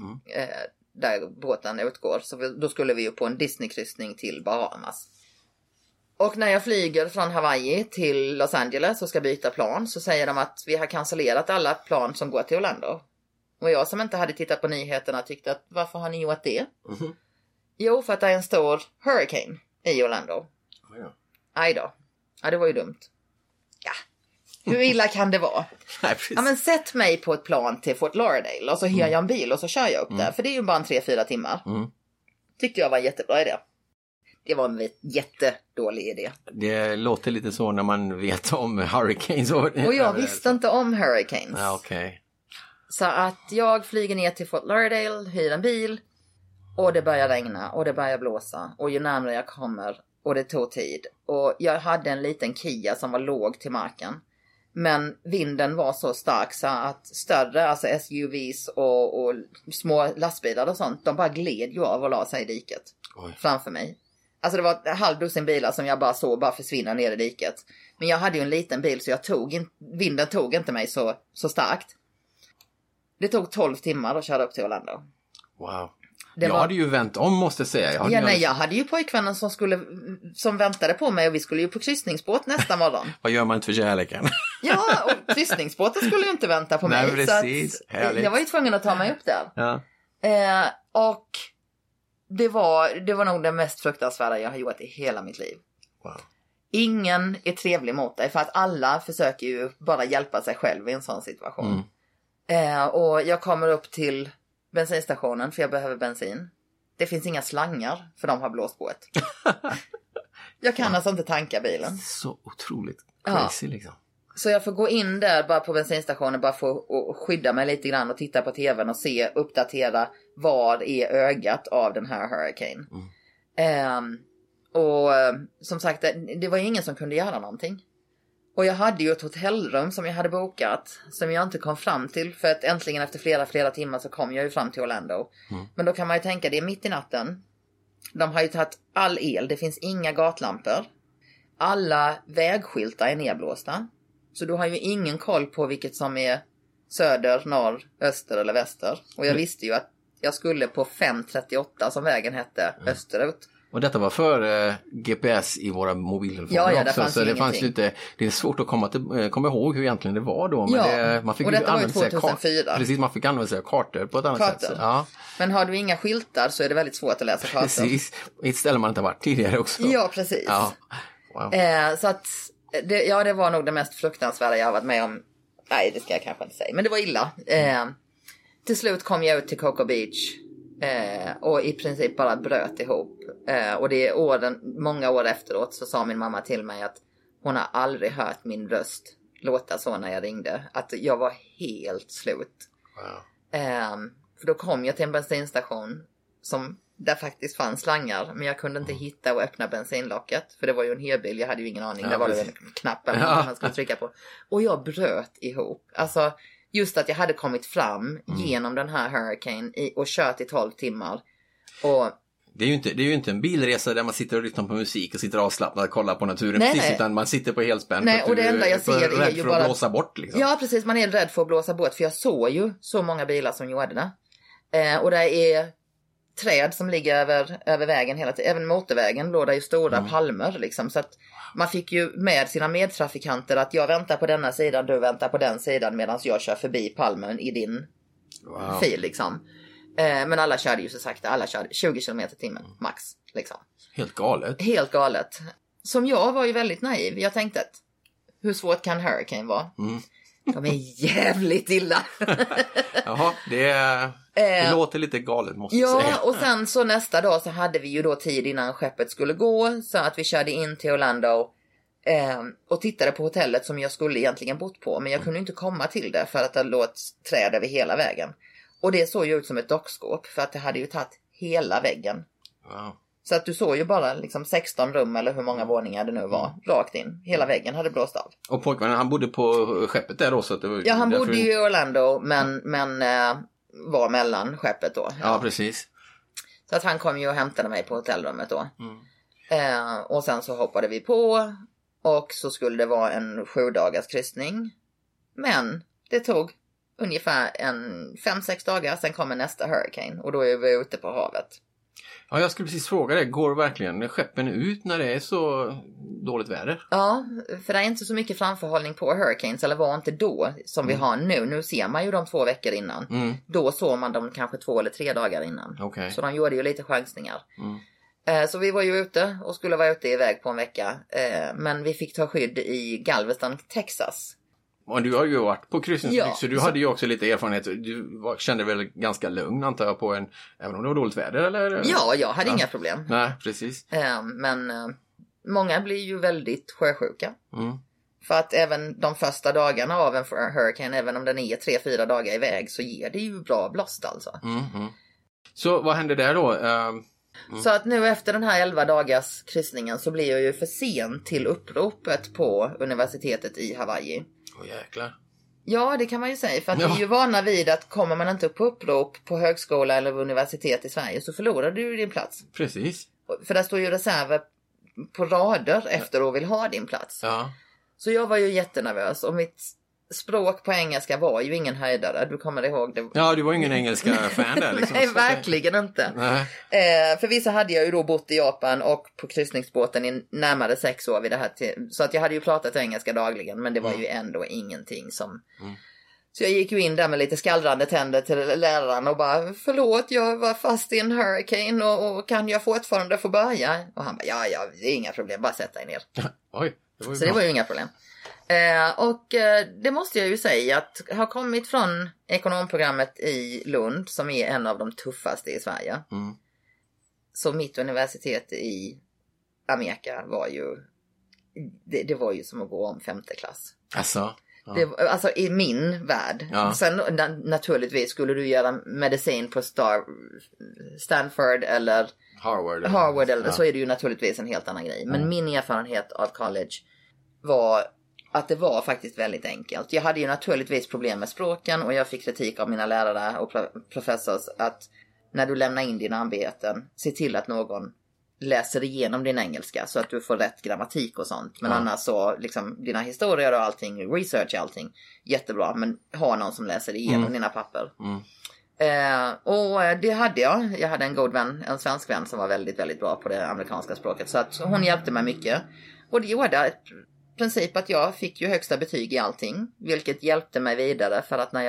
där båten utgår. Så då skulle vi ju på en Disney-kryssning till Bahamas. Och när jag flyger från Hawaii till Los Angeles och ska byta plan så säger de att vi har cancellerat alla plan som går till Orlando. Och jag som inte hade tittat på nyheterna tyckte att varför har ni gjort det? Jo, för att det är en stor hurricane i Orlando. Aj då. Ja, det var ju dumt. Ja. Hur illa kan det vara? Ja, men sätt mig på ett plan till Fort Lauderdale och så hyr jag en bil och så kör jag upp där. För det är ju bara en 3-4 timmar. Tyckte jag var en jättebra idé. Det var en jättedålig idé. Det låter lite så när man vet om hurricanes. Och jag visste inte om hurricanes. Ja, okay. Så att jag flyger ner till Fort Lauderdale, hyr en bil. Och det börjar regna och det börjar blåsa. Och ju närmare jag kommer, och det tog tid. Och jag hade en liten Kia som var låg till marken. Men vinden var så stark så att större, alltså SUVs och små lastbilar och sånt, de bara gled ju av och la sig i diket. Framför mig. Alltså det var 1/2 bilar som jag bara såg bara försvinna ner i diket. Men jag hade ju en liten bil så vinden tog inte mig så starkt. Det tog 12 timmar att köra upp till Orlando. Wow. Jag hade ju vänt om, måste jag säga. Jag hade ju pojkvännen som väntade på mig och vi skulle ju på kryssningsbåt nästa morgon. Vad gör man inte för kärleken? Ja, och kryssningsbåten skulle ju inte vänta på mig. Nej, precis. Så att jag var ju tvungen att ta mig upp där. Ja. Och det var nog det mest fruktansvärda jag har gjort i hela mitt liv. Wow. Ingen är trevlig mot dig för att alla försöker ju bara hjälpa sig själv i en sån situation. Och jag kommer upp till bensinstationen för jag behöver bensin. Det finns inga slangar för de har blåst på ett. Jag kan alltså inte tanka bilen. Så otroligt crazy liksom. Så jag får gå in där bara på bensinstationen bara för att skydda mig lite grann och titta på tvn och uppdatera vad är ögat av den här hurricane. Och som sagt, det var ju ingen som kunde göra någonting. Och jag hade ju ett hotellrum som jag hade bokat som jag inte kom fram till. För att äntligen efter flera timmar så kom jag ju fram till Orlando. Men då kan man ju tänka, det är mitt i natten. De har ju tagit all el, det finns inga gatlampor. Alla vägskyltar är nedblåsta. Så du har ju ingen koll på vilket som är söder, norr, öster eller väster. Och jag visste ju att jag skulle på 538 som vägen hette österut. Och detta var för GPS i våra mobiltelefoner ja, också. Så det fanns lite, det är svårt att komma ihåg hur egentligen det var då. Men man fick och detta var ju 2004. Precis, man fick använda sig av kartor på ett annat sätt. Ja. Men har du inga skyltar så är det väldigt svårt att läsa kartor. Precis, ett ställe man inte har varit tidigare också. Ja, precis. Ja. Wow. Så att, det var nog det mest fruktansvärda jag har varit med om. Nej, det ska jag kanske inte säga. Men det var illa. Till slut kom jag ut till Cocoa Beach. Och i princip bara bröt ihop. Och det är många år efteråt så sa min mamma till mig att hon har aldrig hört min röst låta så när jag ringde. Att jag var helt slut. Wow. För då kom jag till en bensinstation där faktiskt fanns slangar. Men jag kunde inte hitta och öppna bensinlocket. För det var ju en helbil, jag hade ju ingen aning. Där var det en knapp eller något man skulle trycka på. Och jag bröt ihop. Alltså just att jag hade kommit fram genom den här hurricane och kört i 12 timmar. Och det är ju inte en bilresa där man sitter och lyssnar på musik och sitter avslappnad och kollar på naturen. Nej. Utan man sitter på helspänn. Nej, och det enda jag ser är ju bara att blåsa bort liksom. Ja, precis, man är rädd för att blåsa bort. För jag såg ju så många bilar som gjorde det. Och det är träd som ligger över vägen hela tiden. Även motorvägen låg där ju stora palmer liksom. Så att man fick ju med sina medtrafikanter att jag väntar på denna sidan, du väntar på den sidan medan jag kör förbi palmen i din fil liksom. Men alla körde ju så sakta, alla körde 20 km i timmen max liksom. Helt galet. Som jag var ju väldigt naiv. Jag tänkte att hur svårt kan hurricane vara? De är jävligt illa. Jaha, det låter lite galet måste jag säga. Ja, och sen så nästa dag så hade vi ju då tid innan skeppet skulle gå. Så att vi körde in till Orlando och tittade på hotellet som jag skulle egentligen bott på. Men jag kunde inte komma till det för att det låg träd över hela vägen. Och det såg ju ut som ett dockskåp för att det hade ju tagit hela väggen. Wow. Så att du såg ju bara liksom 16 rum eller hur många våningar det nu var rakt in. Hela väggen hade blåst av. Och pojkvännen, han bodde på skeppet där då? Så att det var, ja, han bodde ju i Orlando men var mellan skeppet då. Ja, precis. Så att han kom ju och hämtade mig på hotellrummet då. Och sen så hoppade vi på och så skulle det vara en 7-dagars kryssning. Men det tog ungefär 5-6 dagar, sen kommer nästa hurricane och då är vi ute på havet. Ja, jag skulle precis fråga det. Går verkligen skeppen ut när det är så dåligt väder? Ja, för det är inte så mycket framförhållning på hurricanes, eller var inte då som vi har nu. Nu ser man ju dem 2 veckor innan. Då såg man dem kanske 2 eller 3 dagar innan. Okay. Så de gjorde ju lite chansningar. Så vi var ju ute och skulle vara ute iväg på en vecka. Men vi fick ta skydd i Galveston, Texas. Och du har ju varit på kryssningsflyg, ja, så du hade ju också lite erfarenhet. Du kände väl ganska lugn antar jag på även om det var dåligt väder eller? Ja, jag hade inga problem. Nej, precis. Men många blir ju väldigt sjösjuka. För att även de första dagarna av en hurricane, även om den är 3-4 dagar iväg, så ger det ju bra blåst alltså. Så vad hände där då? Så att nu efter den här 11 dagars kryssningen så blir jag ju för sen till uppropet på universitetet i Hawaii. Jäklar. Ja, det kan man ju säga. För att vi är ju vana vid att kommer man inte upp på upprop på högskola eller universitet i Sverige så förlorar du din plats. Precis. För där står ju reserver på rader efter och vill ha din plats. Ja. Så jag var ju jättenervös och mitt språk på engelska var ju ingen höjdare. Du kommer ihåg det? Ja, du var ingen engelska fan där liksom. Nej, verkligen inte. Nej. För vissa hade jag ju då bott i Japan och på kryssningsbåten i närmare 6 år vid det här så att jag hade ju pratat engelska dagligen, men det var ju ändå ingenting som... Så jag gick ju in där med lite skallrande tänder till läraren och bara, förlåt, jag var fast i en hurricane och kan jag fortfarande få börja? Och han bara, ja, det är inga problem, bara sätta dig ner. Oj, det var ju så bra. Det var ju inga problem. Och det måste jag ju säga att har kommit från ekonomprogrammet i Lund som är en av de tuffaste i Sverige. Så mitt universitet i Amerika var ju det var ju som att gå om 5:e klass. Alltså? Ja. Alltså i min värld. Ja. Sen naturligtvis skulle du göra medicin på Stanford eller Harvard eller så är det ju naturligtvis en helt annan grej. Men min erfarenhet av college var att det var faktiskt väldigt enkelt. Jag hade ju naturligtvis problem med språken och jag fick kritik av mina lärare och professors att när du lämnar in dina arbeten, se till att någon läser igenom din engelska så att du får rätt grammatik och sånt. Men annars så, liksom, dina historier och allting, research och allting, jättebra. Men ha någon som läser igenom dina papper. Och det hade jag. Jag hade en god vän, en svensk vän som var väldigt, väldigt bra på det amerikanska språket. Så att hon hjälpte mig mycket. Och det gjorde i princip att jag fick ju högsta betyg i allting. Vilket hjälpte mig vidare för att när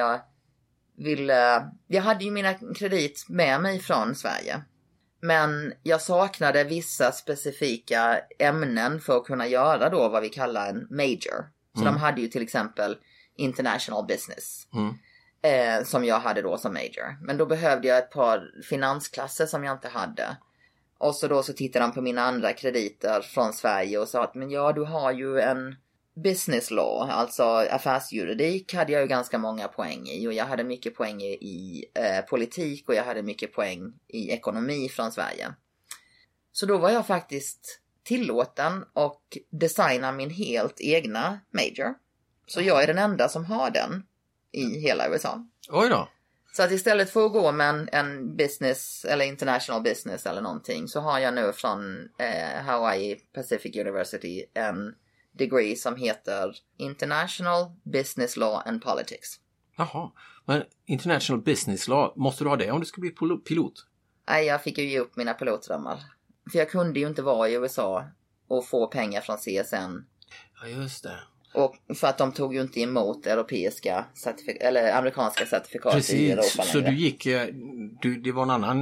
jag hade ju mina kredit med mig från Sverige. Men jag saknade vissa specifika ämnen för att kunna göra då vad vi kallar en major. Så de hade ju till exempel international business. Som jag hade då som major. Men då behövde jag ett par finansklasser som jag inte hade. Och så tittade de på mina andra krediter från Sverige och sa att men ja, du har ju en business law, alltså affärsjuridik hade jag ju ganska många poäng i. Och jag hade mycket poäng i politik och jag hade mycket poäng i ekonomi från Sverige. Så då var jag faktiskt tillåten och designa min helt egna major. Så jag är den enda som har den i hela USA. Oj då. Så att istället för att gå med en business eller international business eller någonting så har jag nu från Hawaii Pacific University en degree som heter International Business Law and Politics. Jaha, men International Business Law, måste du ha det om du ska bli pilot? Nej, jag fick ju ge upp mina pilotdrömmar. För jag kunde ju inte vara i USA och få pengar från CSN. Ja, just det. Och för att de tog ju inte emot europeiska eller amerikanska certifikat. Precis, i Europa. Så du gick, det var en annan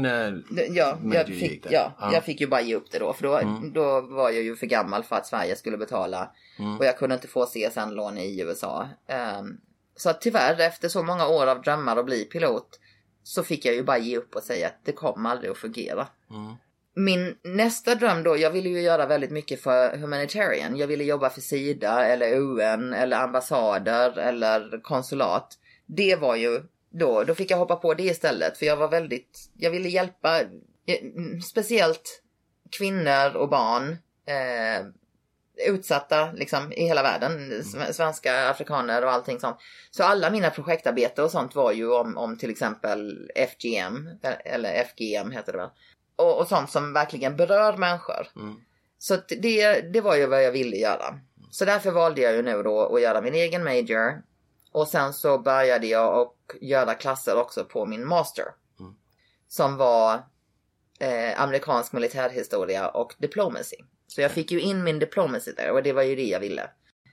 jag fick ju bara ge upp det då. För då var jag ju för gammal för att Sverige skulle betala. Och jag kunde inte få CSN-lån i USA. Så att tyvärr, efter så många år av drömmar att bli pilot, så fick jag ju bara ge upp och säga att det kommer aldrig att fungera. Min nästa dröm då, jag ville ju göra väldigt mycket för humanitarian. Jag ville jobba för SIDA eller UN eller ambassader eller konsulat. Det var ju då fick jag hoppa på det istället. För jag ville hjälpa speciellt kvinnor och barn utsatta liksom i hela världen. Svenska, afrikaner och allting sånt. Så alla mina projektarbete och sånt var ju om till exempel FGM eller FGM heter det väl. Och sånt som verkligen berör människor. Så att det var ju vad jag ville göra. Så därför valde jag ju nu då att göra min egen major. Och sen så började jag att göra klasser också på min master. Som var amerikansk militärhistoria och diplomacy. Så jag fick ju in min diplomacy där och det var ju det jag ville.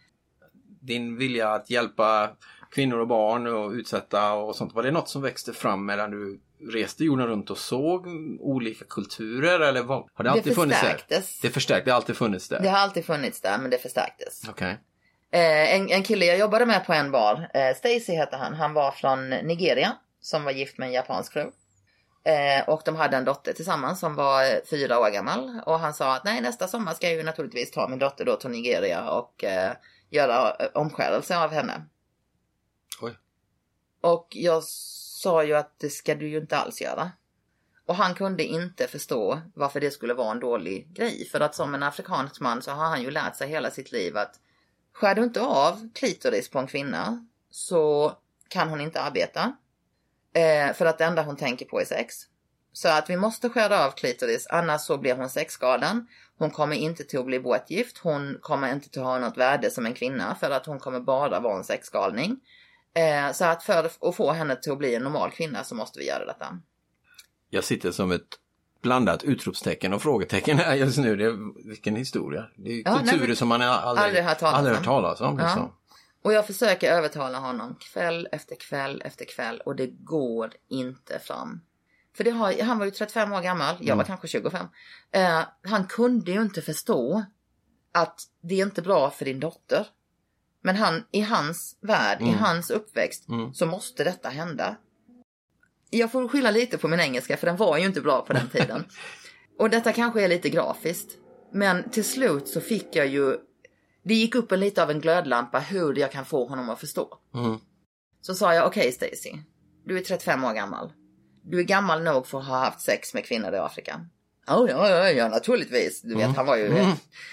Din vilja att hjälpa kvinnor och barn och utsätta och sånt, var det något som växte fram medan du reste jorden runt och såg olika kulturer eller vad? Har det alltid funnits där? Det förstärktes. Det har alltid funnits där. Det har alltid funnits där, men det förstärktes. Okej. En kille jag jobbade med på en bar, Stacy heter han. Han var från Nigeria som var gift med en japansk fru. Och de hade en dotter tillsammans som var 4 år gammal. Och han sa att nej, nästa sommar ska jag ju naturligtvis ta min dotter då till Nigeria och göra omskärelse av henne. Oj. Och jag sa ju att det ska du ju inte alls göra. Och han kunde inte förstå varför det skulle vara en dålig grej. För att som en afrikansk man så har han ju lärt sig hela sitt liv att skär du inte av klitoris på en kvinna så kan hon inte arbeta. För att det enda hon tänker på är sex. Så att vi måste skära av klitoris, annars så blir hon sexskadad. Hon kommer inte till att bli bortgift. Hon kommer inte till att ha något värde som en kvinna för att hon kommer bara vara en sexgalning. Så att för att få henne till att bli en normal kvinna så måste vi göra detta. Jag sitter som ett blandat utropstecken och frågetecken här just nu. Vilken historia. Det är ju kulturer som man aldrig hört talas om. Ja. Liksom. Och jag försöker övertala honom kväll efter kväll efter kväll och det går inte fram. För han var ju 35 år gammal, jag var kanske 25. Han kunde ju inte förstå att det är inte bra för din dotter. Men i hans värld, i hans uppväxt så måste detta hända. Jag får skylla lite på min engelska för den var ju inte bra på den tiden. Och detta kanske är lite grafiskt. Men till slut så fick jag ju... Det gick upp lite av en glödlampa hur jag kan få honom att förstå. Så sa jag, okej, Stacy, du är 35 år gammal. Du är gammal nog för att ha haft sex med kvinnor i Afrika. Ja, naturligtvis. Du vet, han var ju...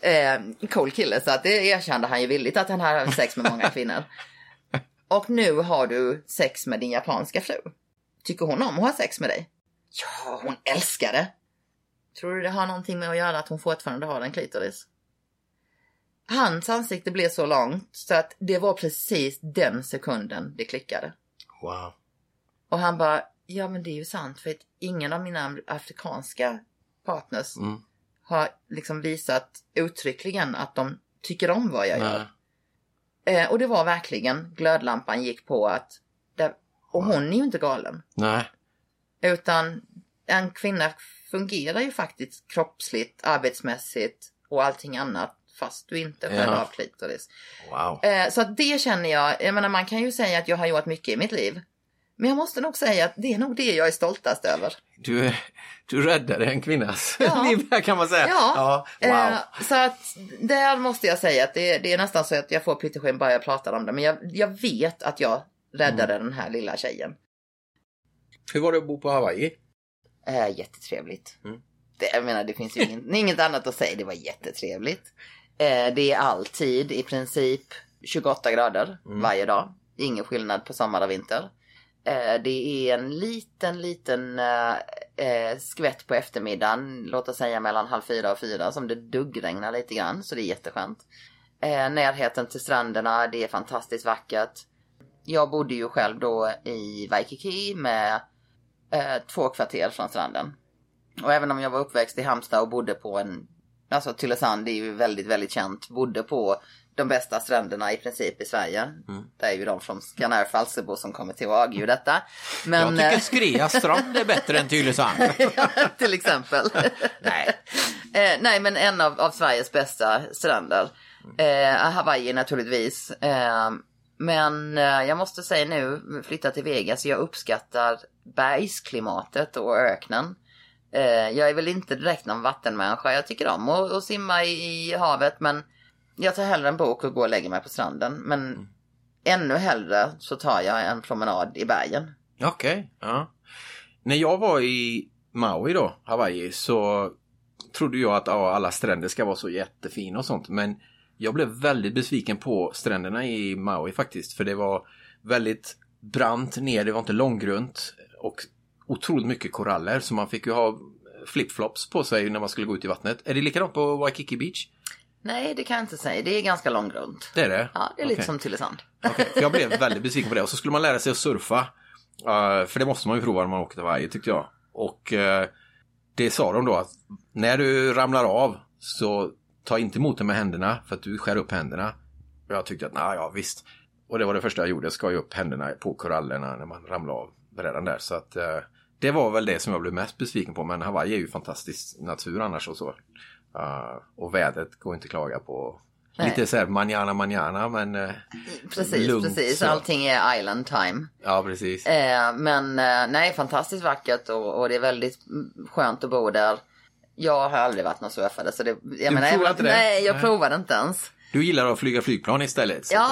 Cool kille, så att det erkände han ju villigt att han har sex med många kvinnor. Och nu har du sex med din japanska fru. Tycker hon om att ha sex med dig? Ja, hon älskar det. Tror du det har någonting med att göra att hon fortfarande har en klitoris? Hans ansikte blev så långt så att det var precis den sekunden det klickade. Wow. Och han bara, ja men det är ju sant, för att ingen av mina afrikanska partners har liksom visat uttryckligen att de tycker om vad jag gör. Och det var verkligen, glödlampan gick på att, och hon är ju inte galen. Nej. Utan en kvinna fungerar ju faktiskt kroppsligt, arbetsmässigt och allting annat, fast du inte själv har klitoris. Wow. Så att det känner jag menar, man kan ju säga att jag har gjort mycket i mitt liv. Men jag måste nog säga att det är nog det jag är stoltast över. Du räddade en kvinnas liv, kan man säga. Ja. Wow. Så att där måste jag säga att det är nästan så att jag får pytteskinn bara jag pratar om det. Men jag vet att jag räddade den här lilla tjejen. Hur var det att bo på Hawaii? Jättetrevligt. Det finns ju inget annat att säga. Det var jättetrevligt. Det är alltid i princip 28 grader varje dag. Ingen skillnad på sommar och vinter. Det är en liten skvätt på eftermiddagen, låt oss säga mellan 3:30 och 4, som det duggregnar lite grann, så det är jätteskönt. Närheten till stränderna, det är fantastiskt vackert. Jag bodde ju själv då i Waikiki med 2 kvarter från stranden. Och även om jag var uppväxt i Halmstad och bodde på Tylösand är ju väldigt, väldigt känt, bodde på de bästa stränderna i princip i Sverige. Det är ju de från Skanör Falsterbo som kommer till att avgöra detta. Men, jag tycker Skreastrand är bättre än Tylösand. Ja, till exempel. Nej, men en av Sveriges bästa stränder. Hawaii naturligtvis. Men jag måste säga nu, flytta till Vegas, jag uppskattar bergsklimatet och öknen. Jag är väl inte direkt någon vattenmänniska. Jag tycker om att simma i havet, men jag tar hellre en bok och går och lägger mig på stranden. Men ännu hellre så tar jag en promenad i bergen. Okej, ja. När jag var i Maui då, Hawaii, så trodde jag att alla stränder ska vara så jättefina och sånt. Men jag blev väldigt besviken på stränderna i Maui faktiskt. För det var väldigt brant ner, det var inte långgrunt och otroligt mycket koraller. Så man fick ju ha flipflops på sig när man skulle gå ut i vattnet. Är det likadant på Waikiki Beach? Nej, det kan jag inte säga. Det är ganska långgrunt. Det är det? Ja, det är lite som Tylösand. Okay. Jag blev väldigt besviken på det. Och så skulle man lära sig att surfa. För det måste man ju prova när man åker till Hawaii, tyckte jag. Och det sa de då att när du ramlar av så ta inte emot det med händerna för att du skär upp händerna. Och jag tyckte att ja visst. Och det var det första jag gjorde. Jag skar ju upp händerna på korallerna när man ramlade av brädan där. Så att det var väl det som jag blev mest besviken på. Men Hawaii är ju fantastisk natur annars och så. Och vädret går inte att klaga på. Nej. Lite så här manjana men precis, lugnt, precis. Så. Allting är island time. Ja, precis. Men nej, fantastiskt vackert och det är väldigt skönt att bo där. Jag har aldrig varit någon surfare, så det, jag provade inte ens. Du gillar att flyga flygplan istället. Så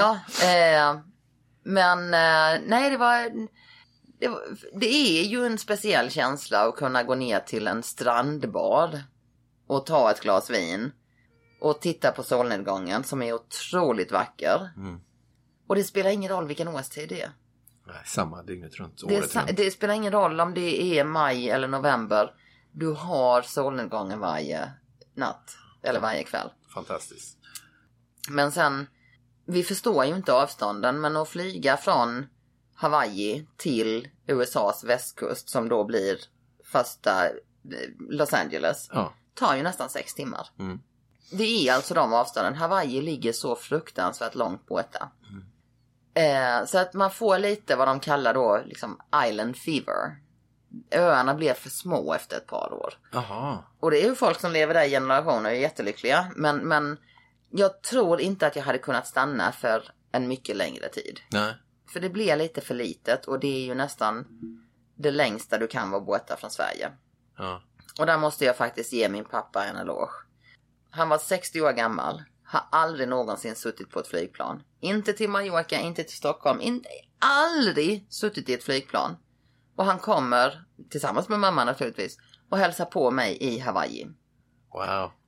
men nej, det är ju en speciell känsla att kunna gå ner till en strandbad och ta ett glas vin och titta på solnedgången som är otroligt vacker. Och det spelar ingen roll vilken årstid det är. Nej, samma dygnet runt. Det spelar ingen roll om det är maj eller november. Du har solnedgången varje natt eller varje kväll. Fantastiskt. Men sen, vi förstår ju inte avstånden, men att flyga från Hawaii till USAs västkust, som då blir första Los Angeles, tar ju nästan 6 timmar. Det är alltså de avstånden. Hawaii ligger så fruktansvärt långt borta. Så att man får lite vad de kallar då liksom island fever. Öarna blev för små efter ett par år. Aha. Och det är ju folk som lever där i generationer och är jättelyckliga. Men jag tror inte att jag hade kunnat stanna för en mycket längre tid. Nej. För det blir lite för litet och det är ju nästan det längsta du kan vara borta från Sverige. Ja. Och där måste jag faktiskt ge min pappa en eloge. Han var 60 år gammal. Har aldrig någonsin suttit på ett flygplan. Inte till Mallorca, inte till Stockholm. Aldrig suttit i ett flygplan. Och han kommer, tillsammans med mamma naturligtvis, och hälsar på mig i Hawaii. Wow.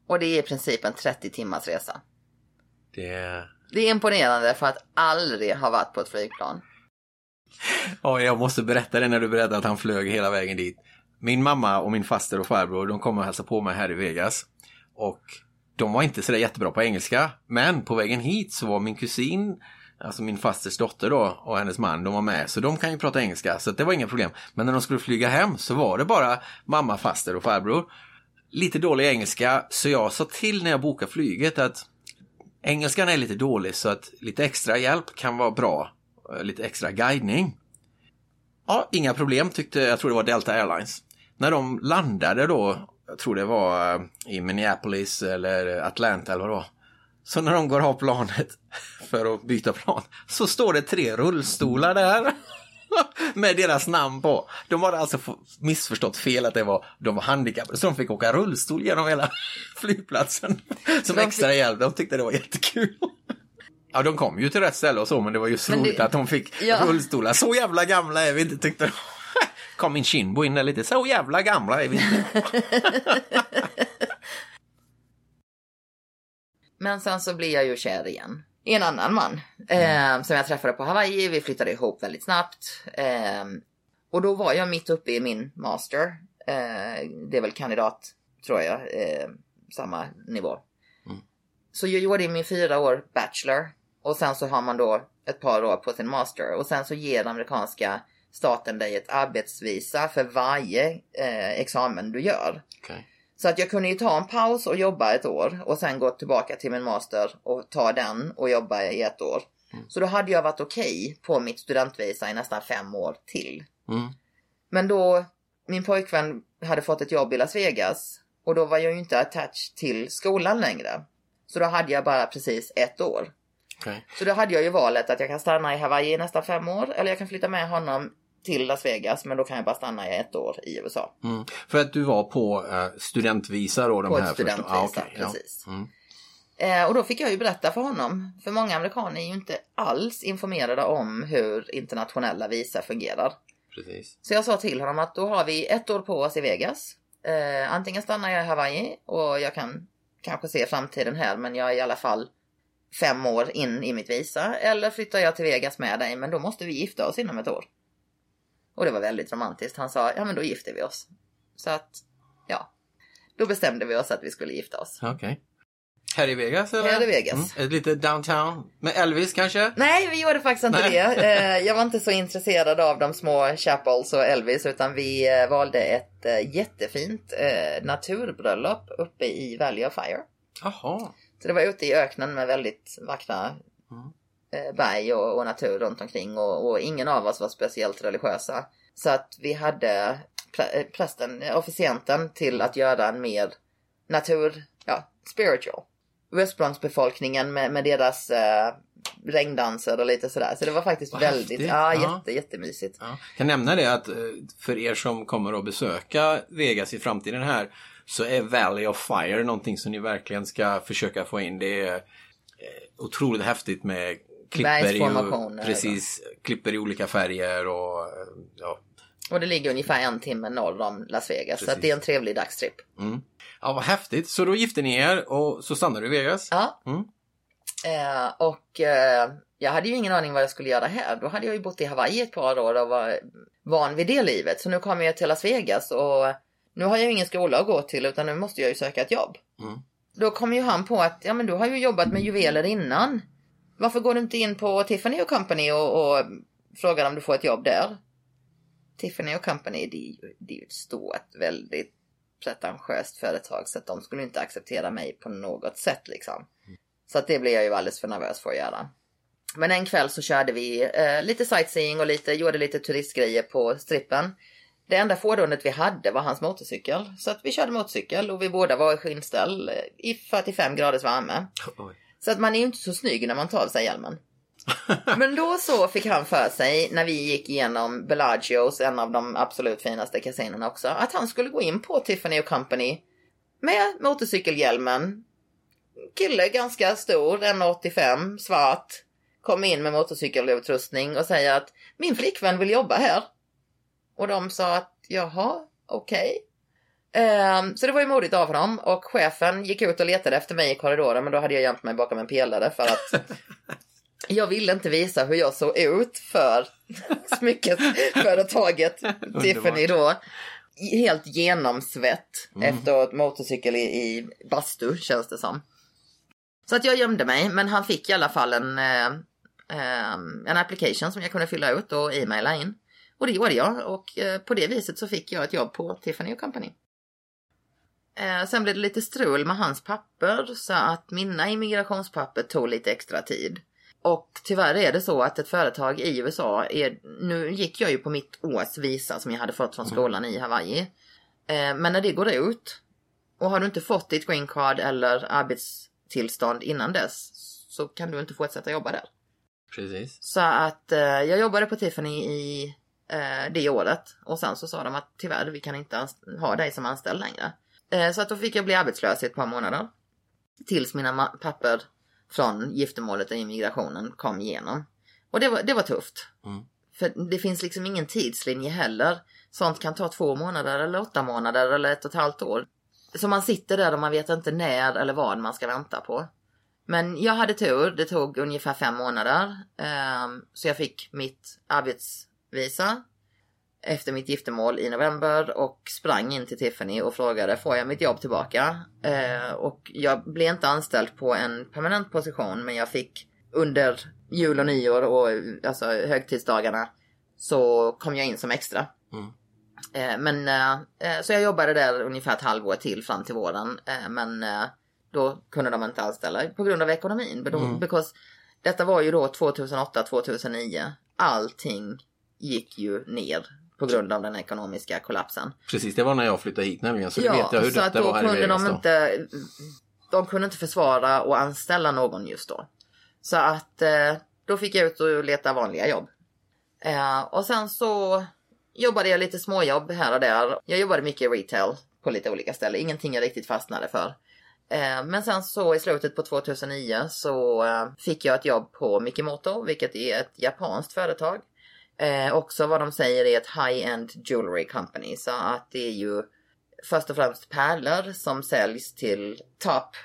Och det är i princip en 30 timmars resa. Det är imponerande för att aldrig ha varit på ett flygplan. Ja, jag måste berätta det när du berättade att han flög hela vägen dit. Min mamma och min faster och farbror, de kom och hälsade på mig här i Vegas. Och de var inte så där jättebra på engelska. Men på vägen hit så var min kusin, alltså min fasters dotter då, och hennes man, de var med. Så de kan ju prata engelska, så det var inga problem. Men när de skulle flyga hem så var det bara mamma, faster och farbror. Lite dålig engelska, så jag sa till när jag bokade flyget att engelskan är lite dålig, så att lite extra hjälp kan vara bra. Lite extra guidning. Ja, inga problem tyckte, jag tror det var Delta Airlines. När de landade då, jag tror det var i Minneapolis eller Atlanta eller vad det var. Så när de går av planet för att byta plan, så står det 3 rullstolar där med deras namn på. De hade alltså missförstått fel att de var handikappade, så de fick åka rullstol genom hela flygplatsen som extra hjälp. De tyckte det var jättekul. Ja, de kom ju till rätt ställe och så, men det var ju så roligt att de fick rullstolar. Så jävla gamla är vi inte, tyckte de. Kom min Shinbo in där lite, så jävla gamla är vi inte. Men sen så blir jag ju kär igen i en annan man som jag träffade på Hawaii. Vi flyttade ihop väldigt snabbt. Och då var jag mitt uppe i min master. Det är väl kandidat, tror jag, samma nivå. Så jag gjorde min 4 år bachelor. Och sen så har man då ett par år på sin master. Och sen så ger den amerikanska staten dig ett arbetsvisa för varje examen du gör. Okay. Så att jag kunde ju ta en paus och jobba ett år. Och sen gå tillbaka till min master och ta den och jobba i ett år. Så då hade jag varit okej på mitt studentvisa i nästan 5 år till. Men då, min pojkvän hade fått ett jobb i Las Vegas. Och då var jag ju inte attached till skolan längre. Så då hade jag bara precis 1 år. Okay. Så då hade jag ju valet att jag kan stanna i Hawaii i nästan 5 år. Eller jag kan flytta med honom till Las Vegas. Men då kan jag bara stanna i 1 år i USA. För att du var på studentvisa då? På ett studentvisa, precis. Och då fick jag ju berätta för honom. För många amerikaner är ju inte alls informerade om hur internationella visa fungerar. Precis. Så jag sa till honom att då har vi 1 år på oss i Vegas. Antingen stannar jag i Hawaii och jag kan kanske se framtiden här, men jag är i alla fall 5 år in i mitt visa. Eller flyttar jag till Vegas med dig, men då måste vi gifta oss inom 1 år. Och det var väldigt romantiskt. Han sa, ja men då gifter vi oss. Så att, ja. Då bestämde vi oss att vi skulle gifta oss. Okej. Här i Vegas eller? Här i Vegas. Lite downtown. Med Elvis kanske? Nej, vi gjorde faktiskt inte det. Jag var inte så intresserad av de små chapels och Elvis. Utan vi valde ett jättefint naturbröllop uppe i Valley of Fire. Jaha. Så det var ute i öknen med väldigt vackra berg och natur runt omkring. Och ingen av oss var speciellt religiösa. Så att vi hade officienten till att göra en mer spiritual. Ursprungsbefolkningen med deras regndanser och lite sådär. Så det var faktiskt väldigt, jättemysigt. Ja. Jag kan nämna det att för er som kommer att besöka Vegas i framtiden här, så är Valley of Fire någonting som ni verkligen ska försöka få in. Det är otroligt häftigt med klipper i olika färger och och det ligger ungefär 1 timme norr om Las Vegas. Precis. Så att det är en trevlig dagstripp. Ja, vad häftigt. Så då gifte ni er och så stannade du i Vegas? Ja. Jag hade ju ingen aning vad jag skulle göra här. Då hade jag ju bott i Hawaii ett par år och var van vid det livet. Så nu kom jag till Las Vegas och nu har jag ju ingen skola att gå till, utan nu måste jag ju söka ett jobb. Då kom ju han på att, ja men du har ju jobbat med juveler innan. Varför går du inte in på Tiffany & Company och frågar om du får ett jobb där? Tiffany & Company, det är ju ett stort, väldigt pretentiöst företag, så att de skulle inte acceptera mig på något sätt liksom. Så att det blev jag ju alldeles för nervös för att göra. Men en kväll så körde vi lite sightseeing och gjorde lite turistgrejer på strippen. Det enda fordonet vi hade var hans motorcykel. Så att vi körde motorcykel och vi båda var i skinnställ i 45 graders värme. Så att man är ju inte så snygg när man tar av sig hjälmen. Men då så fick han för sig, när vi gick igenom Bellagios, en av de absolut finaste kasinerna också, att han skulle gå in på Tiffany & Company med motorcykelhjälmen. Kille ganska stor, 1,85, svart, kom in med motorcykelutrustning och säger att min flickvän vill jobba här. Och de sa att, jaha, okej. Så det var ju modigt av honom. Och chefen gick ut och letade efter mig i korridoren. Men då hade jag gömt mig bakom en pelare. För att jag ville inte visa hur jag såg ut för smyckesföretaget Tiffany då. Helt genomsvett efter motorcykel i bastu, känns det som. Så att jag gömde mig. Men han fick i alla fall en application som jag kunde fylla ut och e-maila in. Och det gjorde jag. Och på det viset så fick jag ett jobb på Tiffany & Company. Sen blev det lite strul med hans papper. Så att mina immigrationspapper tog lite extra tid. Och tyvärr är det så att ett företag i USA nu gick jag ju på mitt års visa som jag hade fått från skolan i Hawaii. Men när det går ut och har du inte fått ditt green card eller arbetstillstånd innan dess så kan du inte fortsätta jobba där. Precis. Så att jag jobbade på Tiffany i det året och sen så sa de att tyvärr vi kan inte ha dig som anställd längre. Så att då fick jag bli arbetslös i ett par månader tills mina papper från giftermålet och immigrationen kom igenom. Och det var tufft. För det finns liksom ingen tidslinje heller. Sånt kan ta 2 månader eller 8 månader eller 1,5 år. Så man sitter där och man vet inte när eller vad man ska vänta på. Men jag hade tur. Det tog ungefär 5 månader. Så jag fick mitt arbetsvisa efter mitt giftermål i november och sprang in till Tiffany och frågade, får jag mitt jobb tillbaka? Och jag blev inte anställd på en permanent position, men jag fick under jul och nyår och alltså högtidsdagarna så kom jag in som extra. Så jag jobbade där ungefär ett halvår till fram till våren, men då kunde de inte anställa på grund av ekonomin. Because detta var ju då 2008-2009. Allting gick ju ner på grund av den ekonomiska kollapsen. Precis, det var när jag flyttade hit nämligen. Så vet jag hur så detta var här i Vegas de kunde inte försvara och anställa någon just då. Så att då fick jag ut och leta vanliga jobb. Och sen så jobbade jag lite småjobb här och där. Jag jobbade mycket i retail på lite olika ställen. Ingenting jag riktigt fastnade för. Men sen så i slutet på 2009 så fick jag ett jobb på Mikimoto, vilket är ett japanskt företag. Också vad de säger är ett high-end jewelry company. Så att det är ju först och främst pärlor som säljs till topp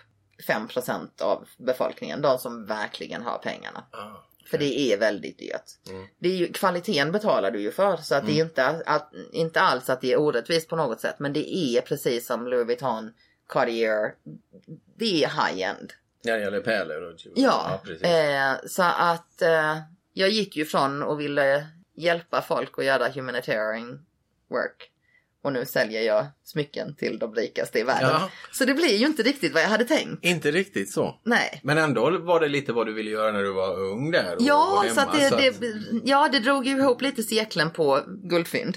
5% av befolkningen. De som verkligen har pengarna. För det är väldigt dyrt. Det är ju, kvaliteten betalar du ju för. Så att det är inte alls att det är orättvist på något sätt. Men det är precis som Louis Vuitton, Cartier. Det är high-end. Ja, det gäller pärlor och jewelry. Ja, precis. Så att jag gick ju från och ville hjälpa folk att göra humanitarian work. Och nu säljer jag smycken till de rikaste i världen. Ja. Så det blir ju inte riktigt vad jag hade tänkt. Inte riktigt så. Nej. Men ändå var det lite vad du ville göra när du var ung där. Ja, och hemma, så att det drog ju ihop lite cirkeln på guldfynd.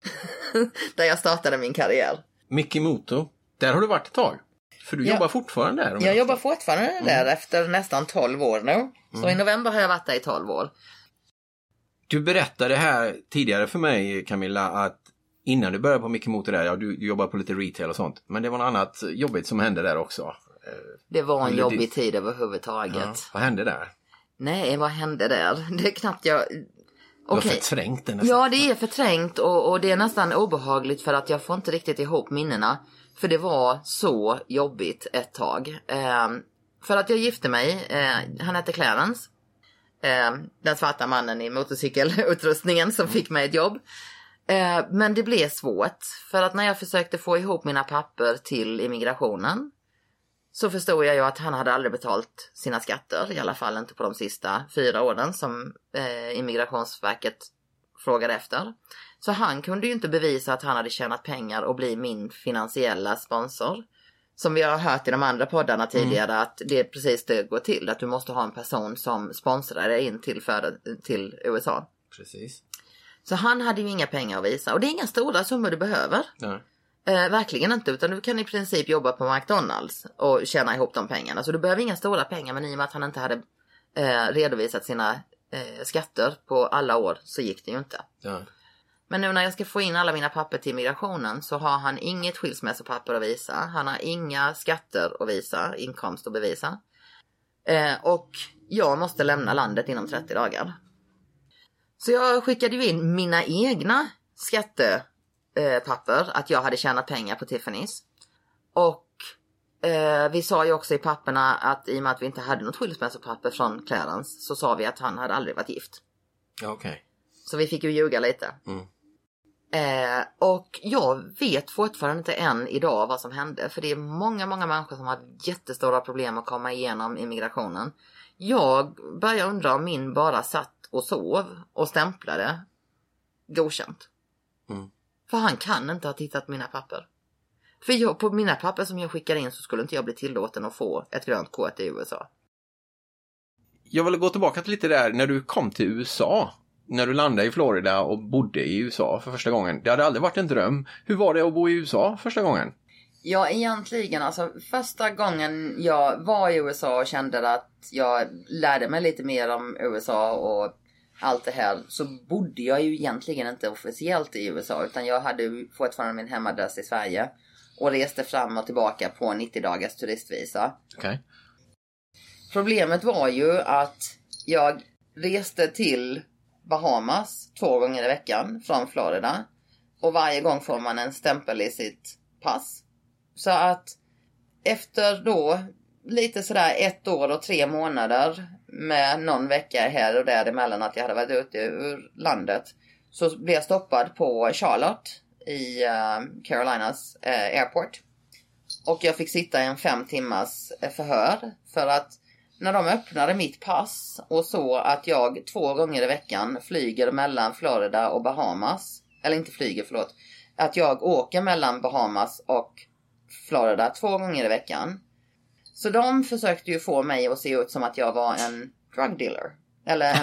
Där jag startade min karriär. Mikimoto, där har du varit ett tag. För du jobbar fortfarande där. Jag jobbar fortfarande där efter nästan 12 år nu. Så i november har jag varit där i 12 år. Du berättade här tidigare för mig, Camilla, att innan du började på Mikimoto där, du jobbar på lite retail och sånt. Men det var något annat jobbigt som hände där också. Det var en jobbig tid överhuvudtaget. Ja, vad hände där? Nej, vad hände där? Det är knappt jag... Det var förträngt det nästan. Ja, det är förträngt och det är nästan obehagligt för att jag får inte riktigt ihop minnena. För det var så jobbigt ett tag. För att jag gifte mig, han hette Clarence. Den svarta mannen i motorcykelutrustningen som fick mig ett jobb. Men det blev svårt. För att när jag försökte få ihop mina papper till immigrationen så förstod jag ju att han hade aldrig betalt sina skatter. I alla fall inte på de sista 4 åren som immigrationsverket frågade efter. Så han kunde ju inte bevisa att han hade tjänat pengar och bli min finansiella sponsor. Som vi har hört i de andra poddarna tidigare att det är precis det går till. Att du måste ha en person som sponsrar dig in till USA. Precis. Så han hade ju inga pengar att visa. Och det är inga stora summor du behöver. Nej. Verkligen inte. Utan du kan i princip jobba på McDonalds och tjäna ihop de pengarna. Så du behöver inga stora pengar. Men i och med att han inte hade redovisat sina skatter på alla år så gick det ju inte. Ja. Men nu när jag ska få in alla mina papper till immigrationen så har han inget skilsmässopapper att visa. Han har inga skatter att visa, inkomst att bevisa. Och jag måste lämna landet inom 30 dagar. Så jag skickade ju in mina egna papper att jag hade tjänat pengar på Tiffany's. Och vi sa ju också i papperna att i och med att vi inte hade något skilsmässopapper från Clarence så sa vi att han hade aldrig varit gift. Okay. Så vi fick ju ljuga lite. Och jag vet fortfarande inte än idag vad som hände. För det är många människor som har jättestora problem att komma igenom immigrationen. Jag börjar undra om min bara satt och sov och stämplade godkänt. För han kan inte ha tittat mina papper. För på mina papper som jag skickade in så skulle inte jag bli tillåten att få ett grönt kort i USA. Jag vill gå tillbaka till lite där när du kom till USA. När du landade i Florida och bodde i USA för första gången. Det hade aldrig varit en dröm. Hur var det att bo i USA första gången? Ja, egentligen. Alltså, första gången jag var i USA och kände att jag lärde mig lite mer om USA och allt det här. Så bodde jag ju egentligen inte officiellt i USA. Utan jag hade fortfarande min hemadress i Sverige. Och reste fram och tillbaka på 90 dagars turistvisa. Okay. Problemet var ju att jag reste till Bahamas 2 gånger i veckan från Florida. Och varje gång får man en stämpel i sitt pass. Så att efter då lite sådär 1 år och 3 månader med någon vecka här och där emellan att jag hade varit ute ur landet. Så blev jag stoppad på Charlotte i Carolinas airport. Och jag fick sitta i en 5 timmars förhör för att när de öppnade mitt pass och så att jag 2 gånger i veckan flyger mellan Florida och Bahamas. Eller inte flyger, förlåt. Att jag åker mellan Bahamas och Florida 2 gånger i veckan. Så de försökte ju få mig att se ut som att jag var en drug dealer. Eller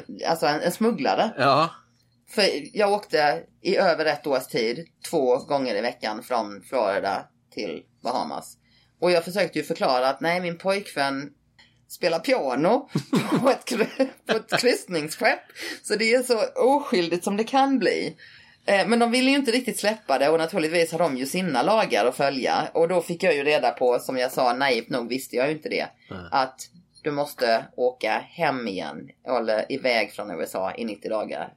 en smugglare. Ja. För jag åkte i över 1 års tid 2 gånger i veckan från Florida till Bahamas. Och jag försökte ju förklara att nej, min pojkvän spelar piano på ett kryssningsskepp. Så det är så oskyldigt som det kan bli. Men de ville ju inte riktigt släppa det och naturligtvis har de ju sina lagar att följa. Och då fick jag ju reda på, som jag sa, naivt nog visste jag ju inte det. Att du måste åka hem igen eller iväg från USA i 90 dagar.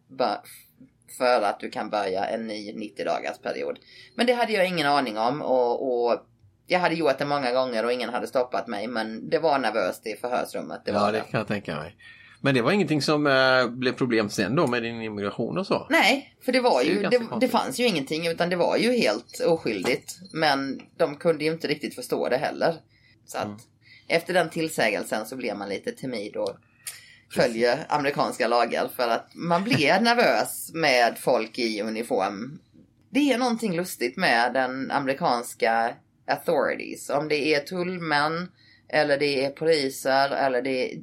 För att du kan börja en ny 90 dagars period. Men det hade jag ingen aning om och jag hade gjort det många gånger och ingen hade stoppat mig. Men det var nervöst i förhörsrummet. Det kan jag tänka mig. Men det var ingenting som blev problem sen då med din immigration och så? Nej, för det var ju det fanns ju ingenting utan det var ju helt oskyldigt. Men de kunde ju inte riktigt förstå det heller. Så att efter den tillsägelsen så blev man lite timid och följer amerikanska lagar. För att man blir nervös med folk i uniform. Det är någonting lustigt med den amerikanska authorities. Om det är tullmän eller det är poliser eller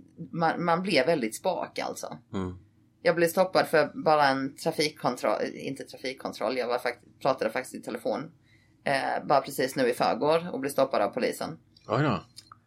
man blir väldigt spak alltså. Jag blev stoppad för bara en trafikkontroll. Jag pratade faktiskt i telefon bara precis nu i förrgår och blev stoppad av polisen. Oj då.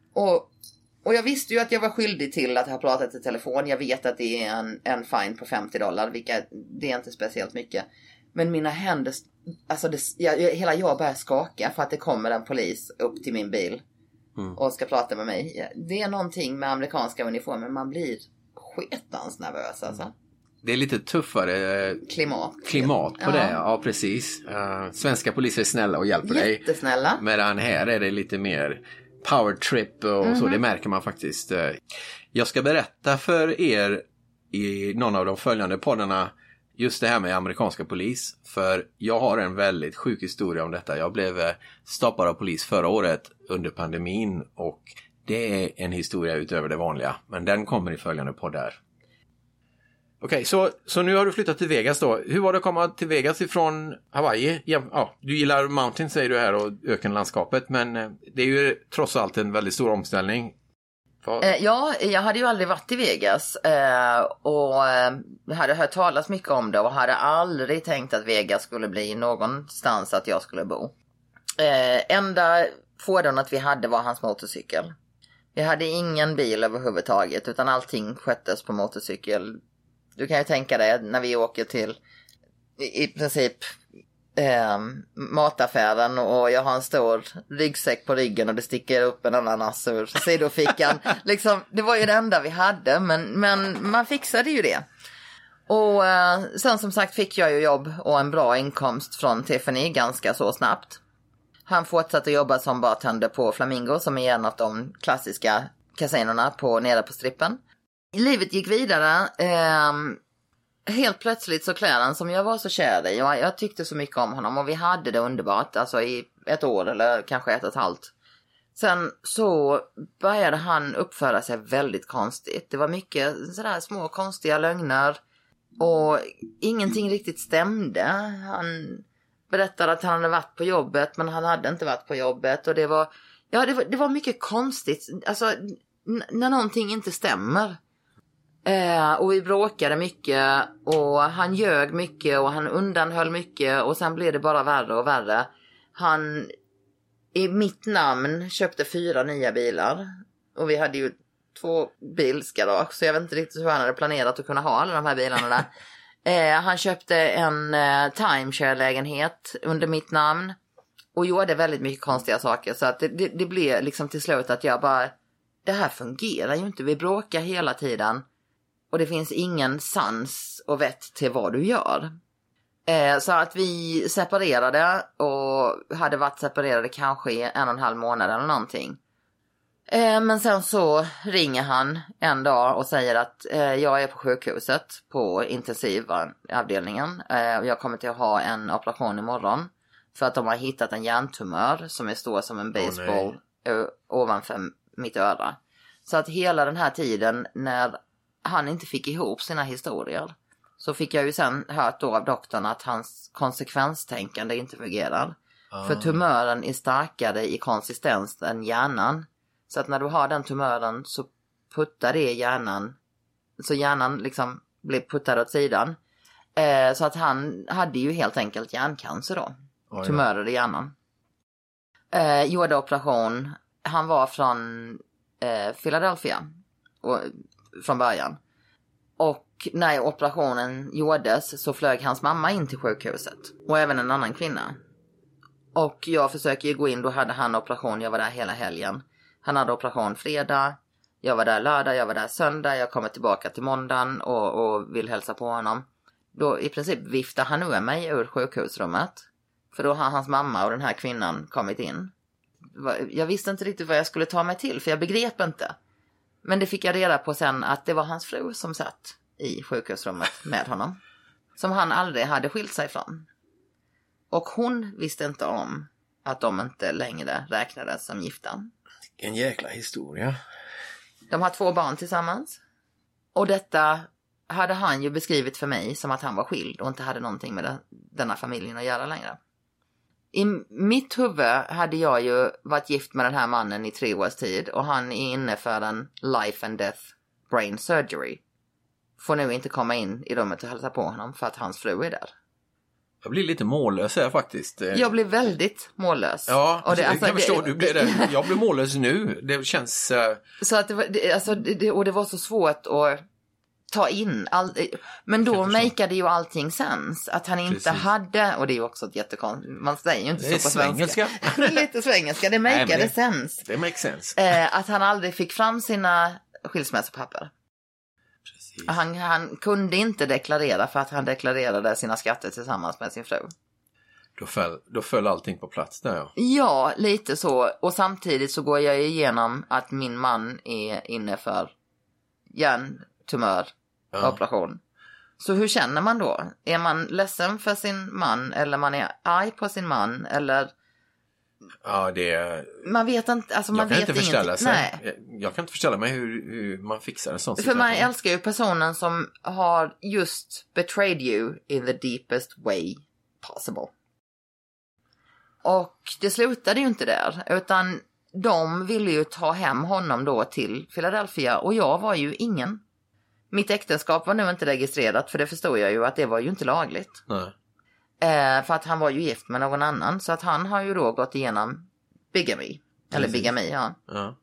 Och jag visste ju att jag var skyldig till att ha pratat i telefon. Jag vet att det är en fine på $50, vilket det är inte speciellt mycket. Men mina händer, alltså hela jag börjar skaka för att det kommer en polis upp till min bil och ska prata med mig. Det är någonting med amerikanska uniformer, man blir sketans nervös alltså. Det är lite tuffare klimat på det, ja precis. Svenska poliser är snälla och hjälper dig. Jättesnälla. Medan här är det lite mer power trip och så, det märker man faktiskt. Jag ska berätta för er i någon av de följande poddarna just det här med amerikanska polis. För jag har en väldigt sjuk historia om detta. Jag blev stoppad av polis förra året under pandemin och det är en historia utöver det vanliga. Men den kommer i följande poddar. Okej, så nu har du flyttat till Vegas då. Hur var det att komma till Vegas ifrån Hawaii? Ja, du gillar mountain säger du här och ökenlandskapet, men det är ju trots allt en väldigt stor omställning. Ja, jag hade ju aldrig varit i Vegas och hade hört talas mycket om det och hade aldrig tänkt att Vegas skulle bli någonstans att jag skulle bo. Enda fordonet vi hade var hans motorcykel. Vi hade ingen bil överhuvudtaget utan allting sköttes på motorcykel. Du kan ju tänka dig när vi åker till i princip mataffären och jag har en stor ryggsäck på ryggen och det sticker upp en ananas ur sidofickan. Liksom, det var ju det enda vi hade men man fixade ju det. Och sen som sagt fick jag ju jobb och en bra inkomst från Tiffany ganska så snabbt. Han fortsatte jobba som bartender på Flamingo, som är en av de klassiska kasinorna nere på strippen. Livet gick vidare. Helt plötsligt så Clarence, som jag var så kär i, och jag tyckte så mycket om honom och vi hade det underbart, alltså i 1 år eller kanske 1,5. Sen så började han uppföra sig väldigt konstigt. Det var mycket sådär små konstiga lögner och ingenting riktigt stämde. Han berättade att han hade varit på jobbet, men han hade inte varit på jobbet, och det var mycket konstigt, alltså när någonting inte stämmer. Och vi bråkade mycket och han ljög mycket och han undanhöll mycket, och sen blev det bara värre och värre. Han i mitt namn köpte 4 nya bilar, och vi hade ju 2 bilsgarage, så jag vet inte riktigt hur han hade planerat att kunna ha alla de här bilarna där. Han köpte en timeshare-lägenhet under mitt namn och gjorde väldigt mycket konstiga saker, så att det blev liksom till slut att jag bara, det här fungerar ju inte, vi bråkar hela tiden. Och det finns ingen sans och vett till vad du gör. Så att vi separerade och hade varit separerade kanske i 1,5 månad eller någonting. Men sen så ringer han en dag och säger att jag är på sjukhuset på intensivavdelningen. Jag kommer till att ha en operation imorgon. För att de har hittat en hjärntumör som är stor som en baseball ovanför mitt öra. Så att hela den här tiden när han inte fick ihop sina historier, så fick jag ju sen hört då av doktorn att hans konsekvenstänkande inte fungerar. För tumören är starkare i konsistens än hjärnan. Så att när du har den tumören så puttar det hjärnan. Så hjärnan liksom blir puttad åt sidan. Så att han hade ju helt enkelt hjärncancer då. Tumörer i hjärnan. Gjorde operation. Han var från Philadelphia från början. Och när operationen gjordes så flög hans mamma in till sjukhuset. Och även en annan kvinna. Och jag försöker ju gå in, då hade han operation, jag var där hela helgen. Han hade operation fredag, jag var där lördag, jag var där söndag, jag kommer tillbaka till måndagen och vill hälsa på honom. Då i princip viftar han ur mig ur sjukhusrummet. För då har hans mamma och den här kvinnan kommit in. Jag visste inte riktigt vad jag skulle ta mig till, för jag begrep inte. Men det fick jag reda på sen att det var hans fru som satt i sjukhusrummet med honom. Som han aldrig hade skilt sig från. Och hon visste inte om att de inte längre räknades som gifta. En jäkla historia. De har 2 barn tillsammans. Och detta hade han ju beskrivit för mig som att han var skild och inte hade någonting med denna familjen att göra längre. I mitt huvud hade jag ju varit gift med den här mannen i 3 års tid, och han är inne för en life and death brain surgery. Får nu inte komma in i rummet och hälsa på honom för att hans fru är där. Jag blir lite mållös här faktiskt. Jag blir väldigt mållös. Ja, och jag förstår, du blir det. Jag blir mållös nu. Det känns... Så att det var så svårt att ta in men då makeade ju allting sens att han inte hade, och det är ju också ett jättekonstigt, man säger ju inte så på svenska. Det är lite svengelska, det makeade sens. Det makes sense. Att han aldrig fick fram sina skilsmässopapper. Precis. Han kunde inte deklarera för att han deklarerade sina skatter tillsammans med sin fru. Då föll allting på plats där, ja. Ja, lite så. Och samtidigt så går jag igenom att min man är inne för hjärntumör operation. Så hur känner man då? Är man ledsen för sin man, eller man är arg på sin man, eller... Ja, det... Man vet inte, alltså man vet ingenting. Nej. Jag kan inte förställa mig hur man fixar en sån situation. För man älskar ju personen som har just betrayed you in the deepest way possible. Och det slutade ju inte där, utan de ville ju ta hem honom då till Philadelphia, och jag var ju ingen. Mitt äktenskap var nu inte registrerat, för det förstod jag ju att det var ju inte lagligt. Nej. För att han var ju gift med någon annan, så att han har ju då gått igenom bigamy. Eller bigami, ja.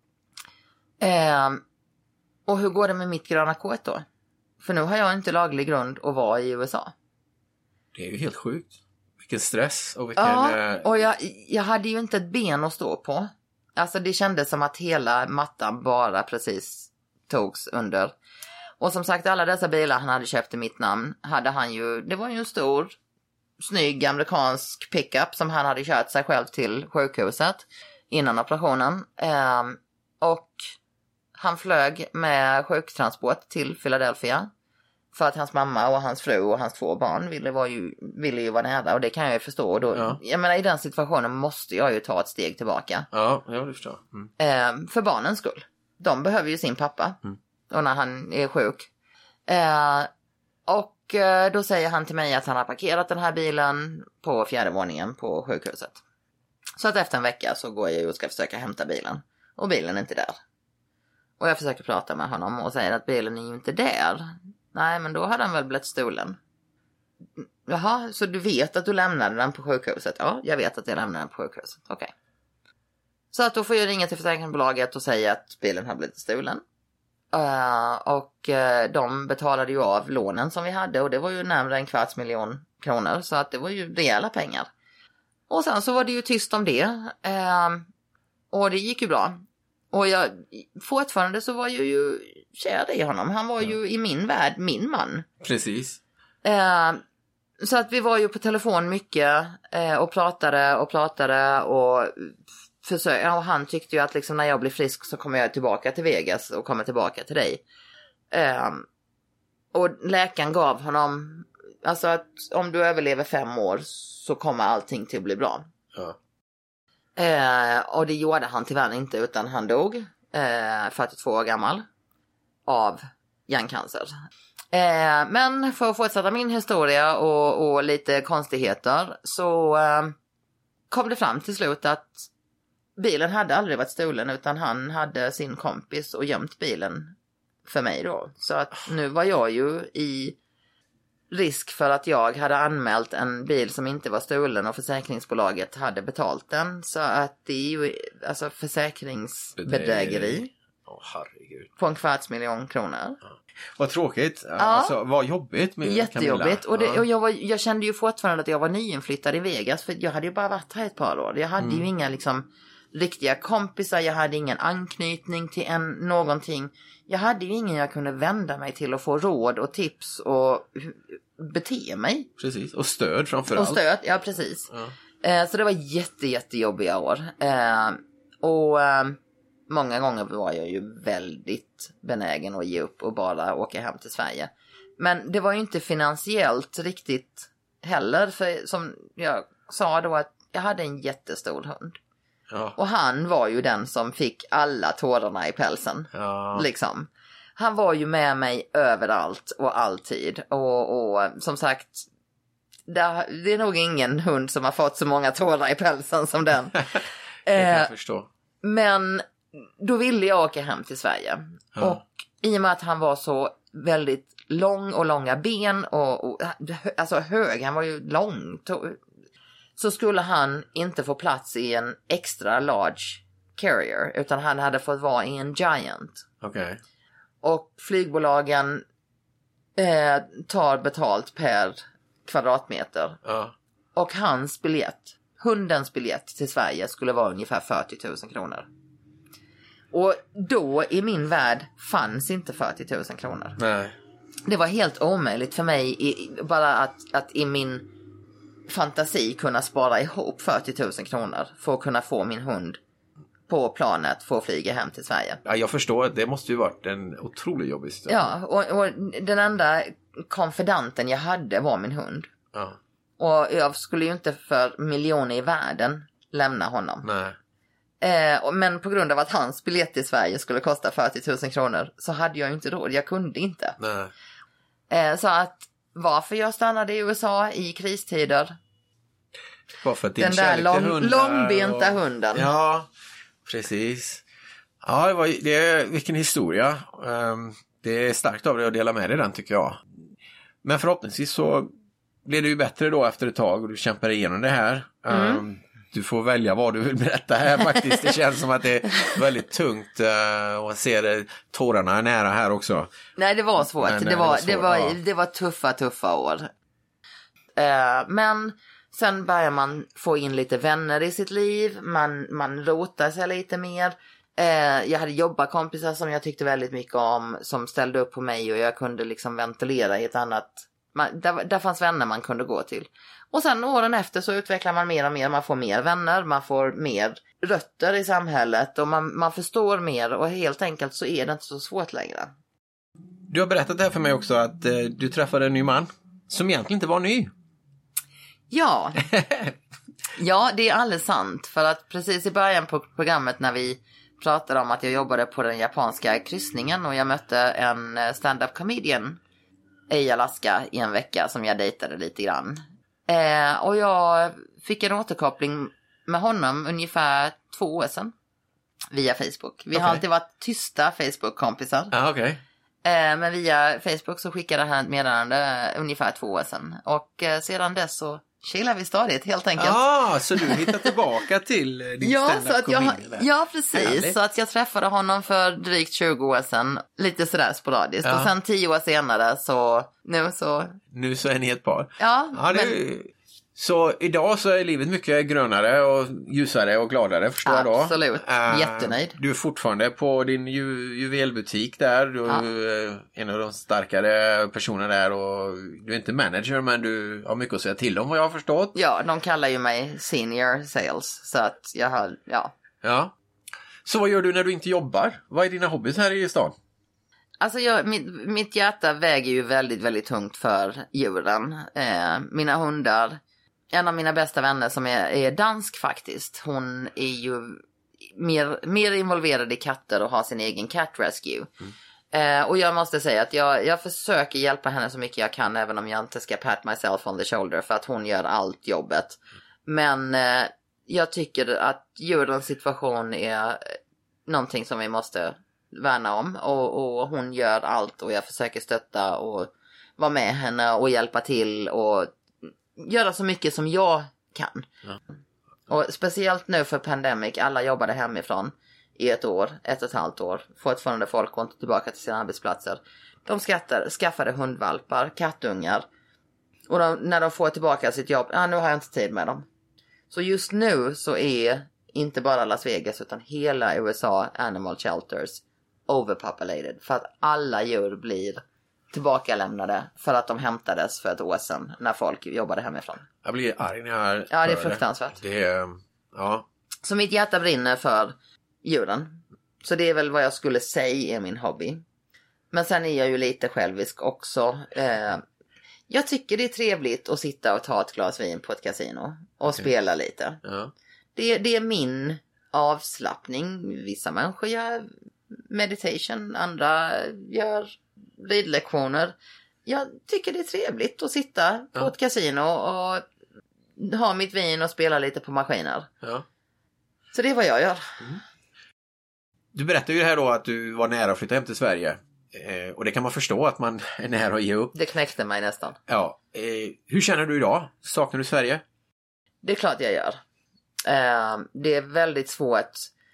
Och hur går det med mitt gröna kort då? För nu har jag inte laglig grund att vara i USA. Det är ju helt sjukt. Vilken stress och vilken... Ja, och jag hade ju inte ett ben att stå på. Alltså det kändes som att hela mattan bara precis togs under. Och som sagt, alla dessa bilar han hade köpt i mitt namn hade han ju, det var ju en stor, snygg amerikansk pickup som han hade kört sig själv till sjukhuset innan operationen. Och han flög med sjuktransport till Philadelphia för att hans mamma och hans fru och hans 2 barn ville ju vara nära, och det kan jag ju förstå. Och då, jag menar, i den situationen måste jag ju ta ett steg tillbaka. Ja, jag förstår. För barnens skull. De behöver ju sin pappa. Och när han är sjuk. Och då säger han till mig att han har parkerat den här bilen på 4:e våningen på sjukhuset. Så att efter en vecka så går jag och ska försöka hämta bilen. Och bilen är inte där. Och jag försöker prata med honom och säger att bilen är ju inte där. Nej, men då hade han väl blivit stulen. Jaha, så du vet att du lämnade den på sjukhuset? Ja, jag vet att jag lämnade den på sjukhuset. Okej. Så att då får jag ringa till försäkringsbolaget och säga att bilen har blivit stulen. Och de betalade ju av lånen som vi hade, och det var ju närmare 250 000 kronor, så att det var ju rejäla pengar. Och sen så var det ju tyst om det, och det gick ju bra. Och jag fortfarande så var jag ju kär i honom. Han var ju i min värld min man. Precis. Så att vi var ju på telefon mycket och pratade och och han tyckte ju att liksom, när jag blir frisk så kommer jag tillbaka till Vegas och kommer tillbaka till dig. Och läkaren gav honom, alltså att om du överlever 5 år så kommer allting till att bli bra. Ja. Och det gjorde han tyvärr inte, utan han dog 42 år gammal av hjärncancer. Men för att fortsätta min historia och lite konstigheter så kom det fram till slut att bilen hade aldrig varit stulen, utan han hade sin kompis och gömt bilen för mig då. Så att nu var jag ju i risk för att jag hade anmält en bil som inte var stulen och försäkringsbolaget hade betalt den. Så att det är ju alltså försäkringsbedrägeri. Herregud. På 250 000 kronor. Ja. Vad tråkigt. Ja. Alltså, vad jobbigt med jättejobbigt. Och jag kände ju fortfarande att jag var nyinflyttad i Vegas, för jag hade ju bara varit här ett par år. Jag hade ju inga liksom riktiga kompisar, jag hade ingen anknytning till någonting. Jag hade ju ingen jag kunde vända mig till och få råd och tips och bete mig. Precis, och stöd framförallt. Och stöd, ja precis. Ja. Så det var jättejobbiga år. Och många gånger var jag ju väldigt benägen att ge upp och bara åka hem till Sverige. Men det var ju inte finansiellt riktigt heller, för som jag sa då, att jag hade en jättestor hund. Ja. Och han var ju den som fick alla tårarna i pälsen. Ja. Liksom. Han var ju med mig överallt och alltid. Och som sagt, det är nog ingen hund som har fått så många tårar i pälsen som den. Det kan jag förstå. Men då ville jag åka hem till Sverige. Ja. Och i och med att han var så väldigt lång och långa ben och alltså hög, han var ju lång, så skulle han inte få plats i en extra large carrier, utan han hade fått vara i en Giant. Okay. Och flygbolagen tar betalt per kvadratmeter. Och hans biljett, hundens biljett till Sverige, skulle vara ungefär 40 000 kronor. Och då i min värld fanns inte 40 000 kronor. Nej. Det var helt omöjligt för mig bara att i min fantasi kunna spara ihop 40 000 kronor för att kunna få min hund på planet för att flyga hem till Sverige. Ja, jag förstår. Det måste ju varit en otroligt jobbig situation. Ja, och den enda konfidanten jag hade var min hund. Ja. Och jag skulle ju inte för miljoner i världen lämna honom. Nej. Men på grund av att hans biljett i Sverige skulle kosta 40 000 kronor så hade jag inte råd. Jag kunde inte. Nej. Så att varför jag stannade i USA i kristider. Bara för att din den där långbenta hunden. Ja, precis. Ja, vilken historia. Det är starkt av dig att dela med dig den, tycker jag. Men förhoppningsvis så blir det ju bättre då efter ett tag och du kämpar igenom det här. Du får välja vad du vill berätta här faktiskt. Det känns som att det är väldigt tungt och ser tårarna nära här också. Nej, det var svårt. Det var tuffa år. Men sen börjar man få in lite vänner i sitt liv. Man rotar sig lite mer. Jag hade jobbarkompisar som jag tyckte väldigt mycket om, som ställde upp på mig och jag kunde liksom ventilera i ett annat... Där fanns vänner man kunde gå till. Och sen åren efter så utvecklar man mer och mer. Man får mer vänner, man får mer rötter i samhället och man förstår mer och helt enkelt så är det inte så svårt längre. Du har berättat det här för mig också att du träffade en ny man som egentligen inte var ny. Ja. Ja, det är alldeles sant. För att precis i början på programmet när vi pratade om att jag jobbade på den japanska kryssningen och jag mötte en stand-up comedian i Alaska i en vecka som jag dejtade lite grann. Och jag fick en återkoppling med honom ungefär 2 år sedan via Facebook. Vi har alltid varit tysta Facebook-kompisar. Okay. Men via Facebook så skickade han ett meddelande ungefär 2 år sedan. Och sedan dess så chillar vi stadigt helt enkelt. Så du hittar tillbaka till din stand-up comedian? Ja, precis. Härligt. Så att jag träffade honom för drygt 20 år sedan. Lite sådär sporadiskt. Och sen 10 år senare så... Nu så är ni ett par. Ja, Så idag så är livet mycket grönare och ljusare och gladare, förstår jag då. Absolut, jättenöjd. Du är fortfarande på din juvelbutik där. Du är en av de starkare personerna där och du är inte manager men du har mycket att säga till om vad jag har förstått. Ja, de kallar ju mig senior sales så att jag har, Ja. Så vad gör du när du inte jobbar? Vad är dina hobbys här i stan? Alltså mitt hjärta väger ju väldigt, väldigt tungt för djuren. Mina hundar. En av mina bästa vänner som är dansk faktiskt. Hon är ju mer involverad i katter och har sin egen cat rescue. Och jag måste säga att jag försöker hjälpa henne så mycket jag kan. Även om jag inte ska pat myself on the shoulder. För att hon gör allt jobbet. Men jag tycker att djurens situation är någonting som vi måste värna om. Och hon gör allt och jag försöker stötta och vara med henne och hjälpa till och göra så mycket som jag kan. Och speciellt nu för pandemic, alla jobbade hemifrån i 1,5 år. Fortfarande folk går inte tillbaka till sina arbetsplatser. De skaffade hundvalpar, kattungar. Och när de får tillbaka sitt jobb, nu har jag inte tid med dem. Så just nu så är inte bara Las Vegas utan hela USA animal shelters overpopulated. För att alla djur blir tillbakalämnade för att de hämtades för 1 år sedan när folk jobbade hemifrån. Jag blir arg när jag Ja, det är fruktansvärt. Så mitt hjärta brinner för djuren. Så det är väl vad jag skulle säga är min hobby. Men sen är jag ju lite självisk också. Jag tycker det är trevligt att sitta och ta ett glas vin på ett kasino och spela lite. Ja. Det är min avslappning. Vissa människor gör meditation, andra gör ridlektioner. Jag tycker det är trevligt att sitta på ett kasino och ha mitt vin och spela lite på maskiner. Ja. Så det är vad jag gör. Du berättade ju här då att du var nära att flytta hem till Sverige. Och det kan man förstå att man är nära att ge upp. Det knäckte mig nästan. Ja. Hur känner du idag? Saknar du Sverige? Det är klart jag gör. Det är väldigt svårt.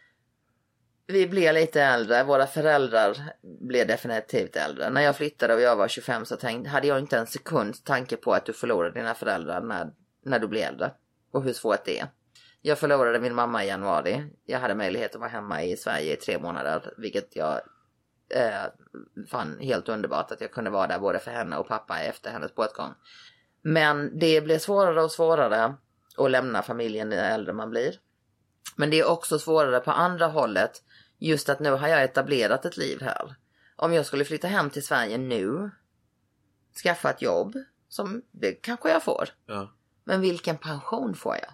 Vi blir lite äldre. Våra föräldrar blev definitivt äldre. När jag flyttade och jag var 25 så hade jag inte en sekund tanke på att du förlorade dina föräldrar när du blir äldre. Och hur svårt det är. Jag förlorade min mamma i januari. Jag hade möjlighet att vara hemma i Sverige i 3 månader. Vilket jag fann helt underbart att jag kunde vara där både för henne och pappa efter hennes bortgång. Men det blir svårare och svårare att lämna familjen när äldre man blir. Men det är också svårare på andra hållet. Just att nu har jag etablerat ett liv här. Om jag skulle flytta hem till Sverige nu. Skaffa ett jobb. Som det kanske jag får. Ja. Men vilken pension får jag?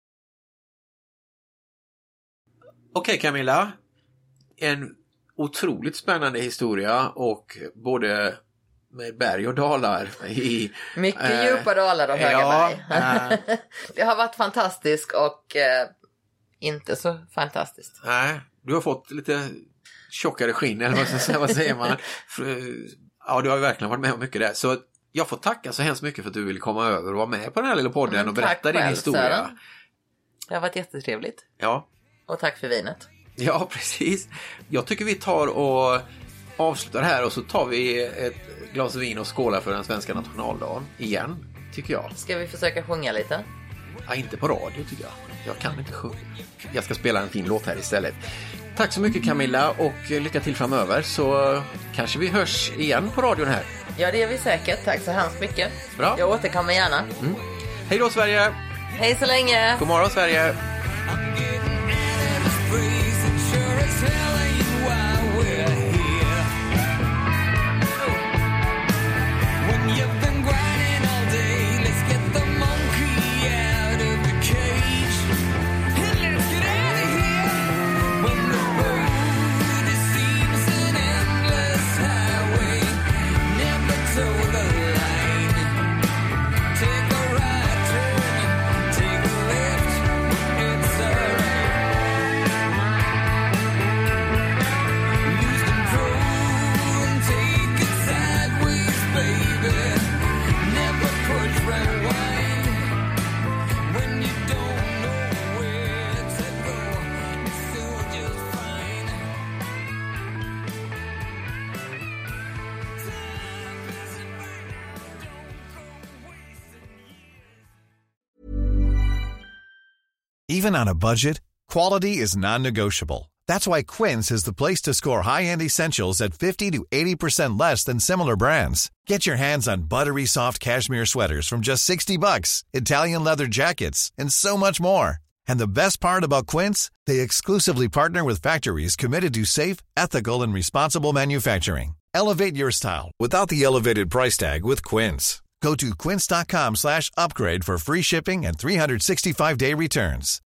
Okej, Camilla. En otroligt spännande historia. Och både med berg och dalar. Mycket djupa dalar och höga berg. Det har varit fantastiskt och inte så fantastiskt. Nej, du har fått lite tjockare skinn. Eller vad säger man? Ja, du har ju verkligen varit med om mycket där. Så jag får tacka så hemskt mycket för att du ville komma över och vara med på den här lilla podden och berätta din historia. Sören. Det har varit jättetrevligt. Ja. Och tack för vinet. Ja, precis. Jag tycker vi tar och avslutar här och så tar vi ett glas vin och skålar för den svenska nationaldagen igen, tycker jag. Ska vi försöka sjunga lite? Ja, inte på radio tycker jag. Jag kan inte sjunga. Jag ska spela en fin låt här istället. Tack så mycket Camilla och lycka till framöver, så kanske vi hörs igen på radion här. Ja, det gör vi säkert. Tack så hemskt mycket. Bra. Jag återkommer gärna. Hej då Sverige! Hej så länge! God morgon Sverige! Even on a budget, quality is non-negotiable. That's why Quince is the place to score high-end essentials at 50 to 80% less than similar brands. Get your hands on buttery soft cashmere sweaters from just $60, Italian leather jackets, and so much more. And the best part about Quince, they exclusively partner with factories committed to safe, ethical, and responsible manufacturing. Elevate your style without the elevated price tag with Quince. Go to quince.com/upgrade for free shipping and 365-day returns.